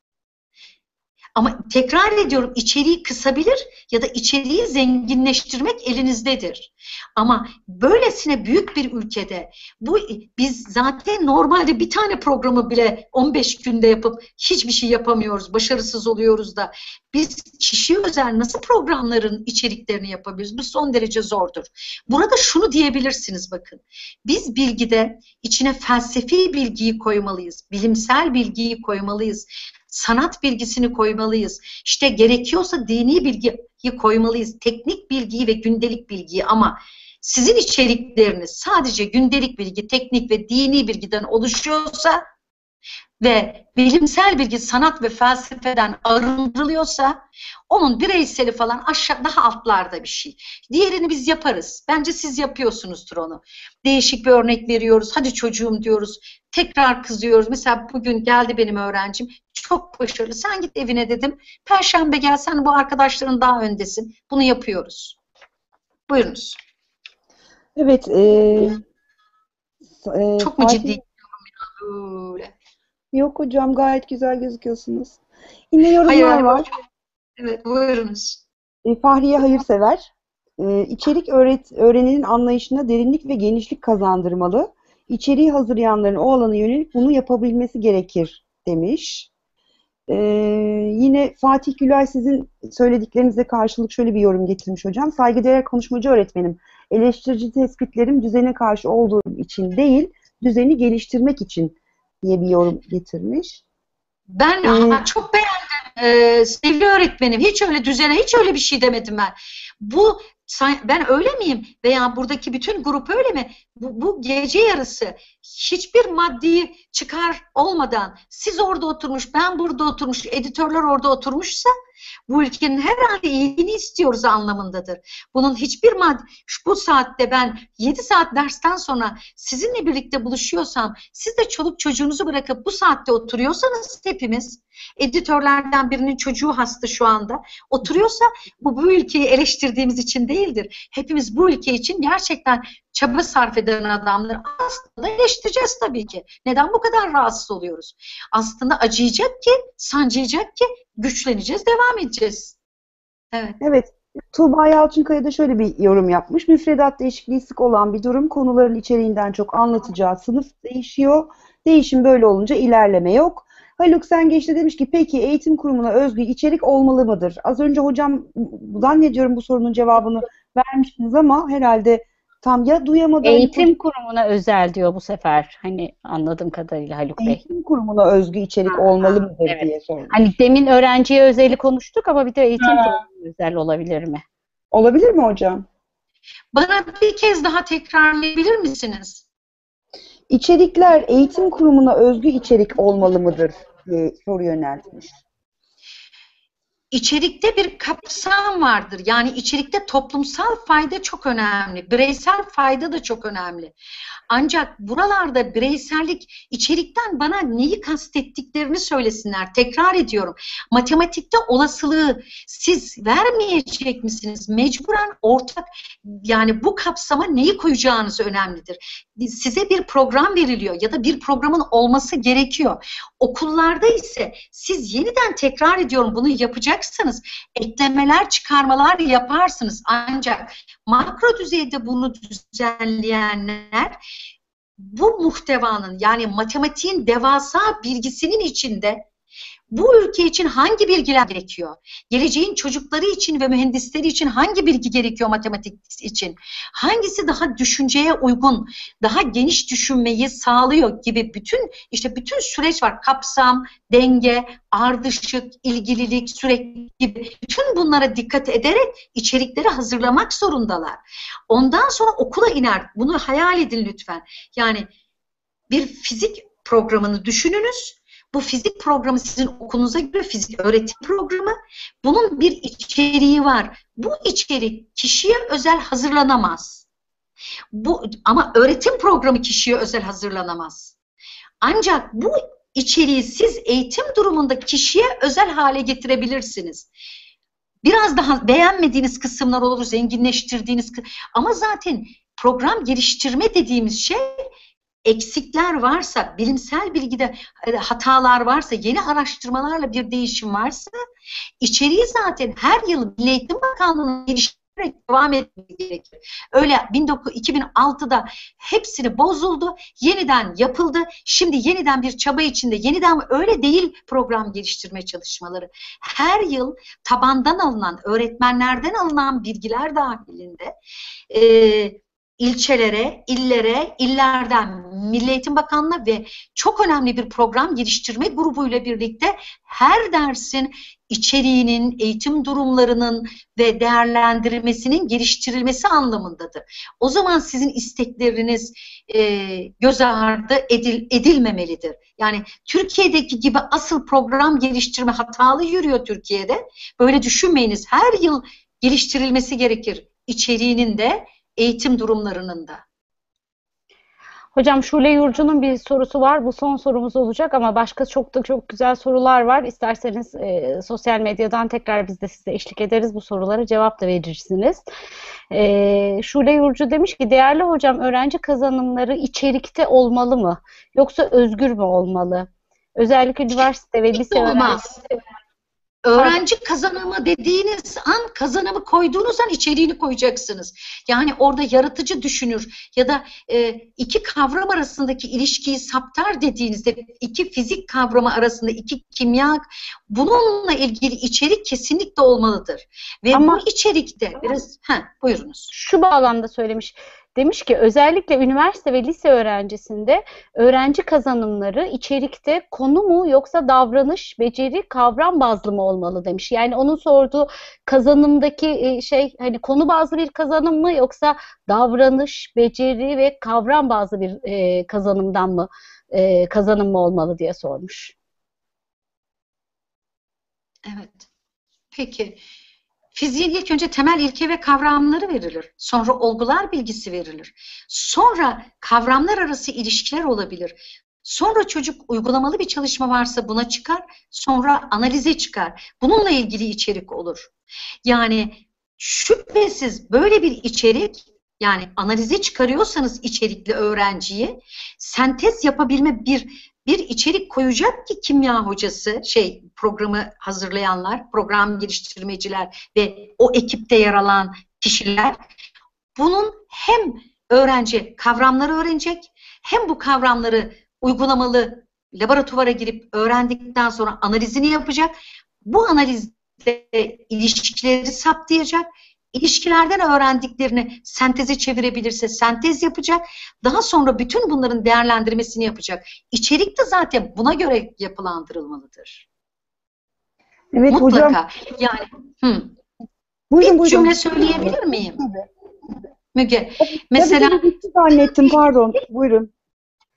Ama tekrar ediyorum, içeriği kısabilir ya da içeriği zenginleştirmek elinizdedir. Ama böylesine büyük bir ülkede bu, biz zaten normalde bir tane programı bile on beş günde yapıp hiçbir şey yapamıyoruz, başarısız oluyoruz da biz kişiye özel nasıl programların içeriklerini yapabiliriz? Bu son derece zordur. Burada şunu diyebilirsiniz, bakın. Biz bilgide içine felsefi bilgiyi koymalıyız, bilimsel bilgiyi koymalıyız. Sanat bilgisini koymalıyız. İşte gerekiyorsa dini bilgiyi koymalıyız. Teknik bilgiyi ve gündelik bilgiyi, ama sizin içerikleriniz sadece gündelik bilgi, teknik ve dini bilgiden oluşuyorsa ve bilimsel bilgi sanat ve felsefeden arındırılıyorsa onun bireyseli falan aşağı, daha altlarda bir şey. Diğerini biz yaparız. Bence siz yapıyorsunuzdur onu. Değişik bir örnek veriyoruz. Hadi çocuğum diyoruz. Tekrar kızıyoruz. Mesela bugün geldi benim öğrencim. Çok başarılı. Sen git evine dedim. Perşembe gel, sen bu arkadaşların daha öndesin. Bunu yapıyoruz. Buyurunuz. Evet. E, e, Çok mu Fatih... ciddi? Böyle. Yok hocam, gayet güzel gözüküyorsunuz. Yine yorumlar Hayır, var. Evet, buyurunuz. E, Fahriye Hayırsever. E, içerik öğret öğreninin anlayışına derinlik ve genişlik kazandırmalı. İçeriği hazırlayanların o alana yönelik bunu yapabilmesi gerekir demiş. E, yine Fatih Gülay sizin söylediklerinize karşılık şöyle bir yorum getirmiş hocam. Saygıdeğer konuşmacı öğretmenim, eleştirici tespitlerim düzene karşı olduğu için değil, düzeni geliştirmek için diye bir yorum getirmiş. Ben Ee, çok beğendim ee, sevgili öğretmenim. Hiç öyle düzene, hiç öyle bir şey demedim ben. Bu, ben öyle miyim? Veya buradaki bütün grup öyle mi? Bu, bu gece yarısı hiçbir maddi çıkar olmadan siz orada oturmuş, ben burada oturmuş, editörler orada oturmuşsa bu ülkenin herhalde iyiliğini istiyoruz anlamındadır. Bunun hiçbir madde, bu saatte ben yedi saat dersten sonra sizinle birlikte buluşuyorsam, siz de çoluk çocuğunuzu bırakıp bu saatte oturuyorsanız, hepimiz, editörlerden birinin çocuğu hasta şu anda, oturuyorsa bu, bu ülkeyi eleştirdiğimiz için değildir. Hepimiz bu ülke için gerçekten çaba sarf eden adamları aslında eleştireceğiz tabii ki. Neden bu kadar rahatsız oluyoruz? Aslında acıyacak ki, sancıyacak ki güçleneceğiz, devam edeceğiz. Evet. Evet. Tuğba Yalçınkaya da şöyle bir yorum yapmış. Müfredat değişikliği sık olan bir durum. Konuların içeriğinden çok anlatacağı sınıf değişiyor. Değişim böyle olunca ilerleme yok. Haluk Sengeç de demiş ki peki eğitim kurumuna özgü içerik olmalı mıdır? Az önce hocam zannediyorum bu sorunun cevabını vermiştiniz ama herhalde tam ya duyamadı. Eğitim kurumuna özel diyor bu sefer. Hani anladığım kadarıyla Haluk Bey. Eğitim kurumuna özgü içerik Ha, olmalı mıdır evet. diye sormuş. Hani demin öğrenciye özeli konuştuk ama bir de eğitim kurumuna özel olabilir mi? Olabilir mi hocam? Bana bir kez daha tekrarlayabilir misiniz? İçerikler eğitim kurumuna özgü içerik olmalı mıdır diye soru yöneltmiş. İçerikte bir kapsam vardır. Yani içerikte toplumsal fayda çok önemli. Bireysel fayda da çok önemli. Ancak buralarda bireysellik, içerikten bana neyi kastettiklerini söylesinler. Tekrar ediyorum. Matematikte olasılığı siz vermeyecek misiniz? Mecburen ortak, yani bu kapsama neyi koyacağınız önemlidir. Size bir program veriliyor ya da bir programın olması gerekiyor. Okullarda ise siz yeniden tekrar ediyorum bunu yapacaksınız. Eklemeler, çıkarmalar yaparsınız. Ancak makro düzeyde bunu düzenleyenler bu muhtevanın, yani matematiğin devasa bilgisinin içinde bu ülke için hangi bilgiler gerekiyor? Geleceğin çocukları için ve mühendisleri için hangi bilgi gerekiyor matematik için? Hangisi daha düşünceye uygun, daha geniş düşünmeyi sağlıyor gibi bütün işte bütün süreç var. Kapsam, denge, ardışık, ilgililik, sürekli gibi bütün bunlara dikkat ederek içerikleri hazırlamak zorundalar. Ondan sonra okula iner. Bunu hayal edin lütfen. Yani bir fizik programını düşününüz. Bu fizik programı sizin okulunuza göre fizik öğretim programı. Bunun bir içeriği var. Bu içerik kişiye özel hazırlanamaz. Bu, ama öğretim programı kişiye özel hazırlanamaz. Ancak bu içeriği siz eğitim durumunda kişiye özel hale getirebilirsiniz. Biraz daha beğenmediğiniz kısımlar olur, zenginleştirdiğiniz ama zaten program geliştirme dediğimiz şey, eksikler varsa, bilimsel bilgide hatalar varsa, yeni araştırmalarla bir değişim varsa, içeriği zaten her yıl Milli Eğitim Bakanlığı'nın geliştirerek devam etmesi gerekir. Öyle iki bin altıda hepsini bozuldu, yeniden yapıldı. Şimdi yeniden bir çaba içinde, yeniden öyle değil program geliştirme çalışmaları. Her yıl tabandan alınan, öğretmenlerden alınan bilgiler dahilinde eee ilçelere, illere, illerden Milli Eğitim Bakanlığı ve çok önemli bir program geliştirme grubuyla birlikte her dersin içeriğinin, eğitim durumlarının ve değerlendirilmesinin geliştirilmesi anlamındadır. O zaman sizin istekleriniz e, göz ardı edil, edilmemelidir. Yani Türkiye'deki gibi asıl program geliştirme hatalı yürüyor Türkiye'de. Böyle düşünmeyiniz. Her yıl geliştirilmesi gerekir. İçeriğinin de, eğitim durumlarının da. Hocam Şule Yurcu'nun bir sorusu var. Bu son sorumuz olacak ama başka çok da çok güzel sorular var. İsterseniz e, sosyal medyadan tekrar biz de size eşlik ederiz. Bu sorulara cevap da verirsiniz. E, Şule Yurcu demiş ki, değerli hocam, öğrenci kazanımları içerikte olmalı mı? Yoksa özgür mü olmalı? Özellikle üniversite ve lise olmaz. Öğrenci kazanımı dediğiniz an, kazanımı koyduğunuz an içeriğini koyacaksınız. Yani orada yaratıcı düşünür ya da e, iki kavram arasındaki ilişkiyi saptar dediğinizde, iki fizik kavramı arasında iki kimya, bununla ilgili içerik kesinlikle olmalıdır. Ve Ama, bu içerikte biraz, heh, buyurunuz. Şu bağlamda söylemiş. Demiş ki özellikle üniversite ve lise öğrencisinde öğrenci kazanımları içerikte konu mu yoksa davranış, beceri, kavram bazlı mı olmalı demiş. Yani onun sorduğu kazanımdaki şey hani konu bazlı bir kazanım mı yoksa davranış, beceri ve kavram bazlı bir e, kazanımdan mı e, kazanım mı olmalı diye sormuş. Evet. Peki. Fiziğin ilk önce temel ilke ve kavramları verilir. Sonra olgular bilgisi verilir. Sonra kavramlar arası ilişkiler olabilir. Sonra çocuk uygulamalı bir çalışma varsa buna çıkar. Sonra analize çıkar. Bununla ilgili içerik olur. Yani şüphesiz böyle bir içerik, yani analize çıkarıyorsanız içerikli öğrenciyi, sentez yapabilme bir bir içerik koyacak ki kimya hocası, şey programı hazırlayanlar, program geliştirmeciler ve o ekipte yer alan kişiler, bunun hem öğrenci kavramları öğrenecek, hem bu kavramları uygulamalı laboratuvara girip öğrendikten sonra analizini yapacak. Bu analizde ilişkileri saptayacak. İlişkilerden öğrendiklerini senteze çevirebilirse sentez yapacak. Daha sonra bütün bunların değerlendirmesini yapacak. İçerik de zaten buna göre yapılandırılmalıdır. Evet Mutlaka. hocam. Yani hı. Buyurun, bir buyurun. cümle söyleyebilir miyim? Tabii. Müge. Mesela Tabii, bitti zannettim, pardon. Buyurun.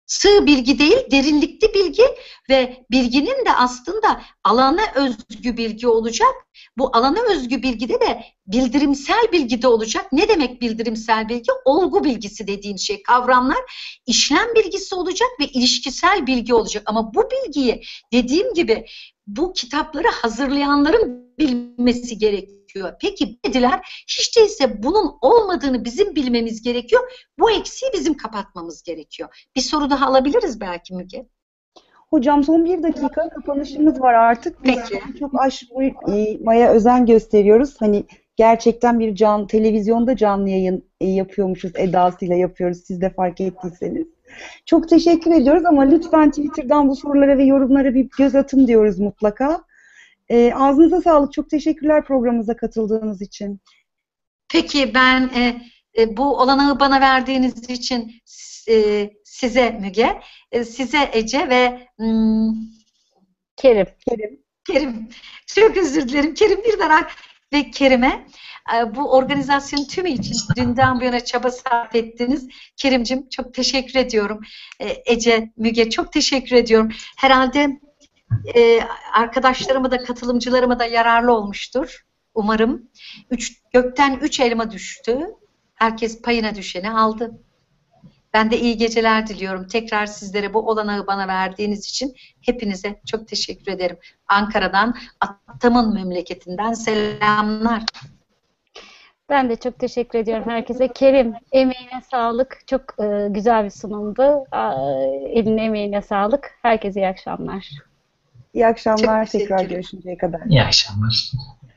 Sığ bilgi değil, derinlikli bilgi ve bilginin de aslında alana özgü bilgi olacak. Bu alana özgü bilgide de bildirimsel bilgi de olacak. Ne demek bildirimsel bilgi? Olgu bilgisi dediğim şey, kavramlar, işlem bilgisi olacak ve ilişkisel bilgi olacak. Ama bu bilgiyi dediğim gibi bu kitapları hazırlayanların bilmesi gerekiyor. Peki dediler, hiç değilse bunun olmadığını bizim bilmemiz gerekiyor. Bu eksiği bizim kapatmamız gerekiyor. Bir soru daha alabiliriz belki Müge. Hocam son bir dakika kapanışımız var artık. Biz Peki. çok aşmaya özen gösteriyoruz. Hani gerçekten bir can, televizyonda canlı yayın e, yapıyormuşuz edasıyla yapıyoruz. Siz de fark ettiyseniz. Çok teşekkür ediyoruz ama lütfen Twitter'dan bu sorulara ve yorumlara bir göz atın diyoruz mutlaka. E, ağzınıza sağlık. Çok teşekkürler programımıza katıldığınız için. Peki ben e, e, bu olanağı bana verdiğiniz için e, size Müge, e, size Ece ve hmm, Kerim. Kerim. Kerim, çok özür dilerim. Kerim Birdarak ve Kerim'e e, bu organizasyon tümü için dünden bu yana çaba sarf ettiniz. Kerim'cim çok teşekkür ediyorum. E, Ece, Müge çok teşekkür ediyorum. Herhalde e, arkadaşlarıma da katılımcılarıma da yararlı olmuştur. Umarım. Üç, gökten üç elma düştü. Herkes payına düşeni aldı. Ben de iyi geceler diliyorum. Tekrar sizlere bu olanağı bana verdiğiniz için hepinize çok teşekkür ederim. Ankara'dan, atamın memleketinden selamlar. Ben de çok teşekkür ediyorum herkese. Kerim, emeğine sağlık. Çok e, güzel bir sunumdu. A, eline emeğine sağlık. Herkese iyi akşamlar. İyi akşamlar. Çok teşekkür Tekrar ederim. görüşünceye kadar. İyi akşamlar.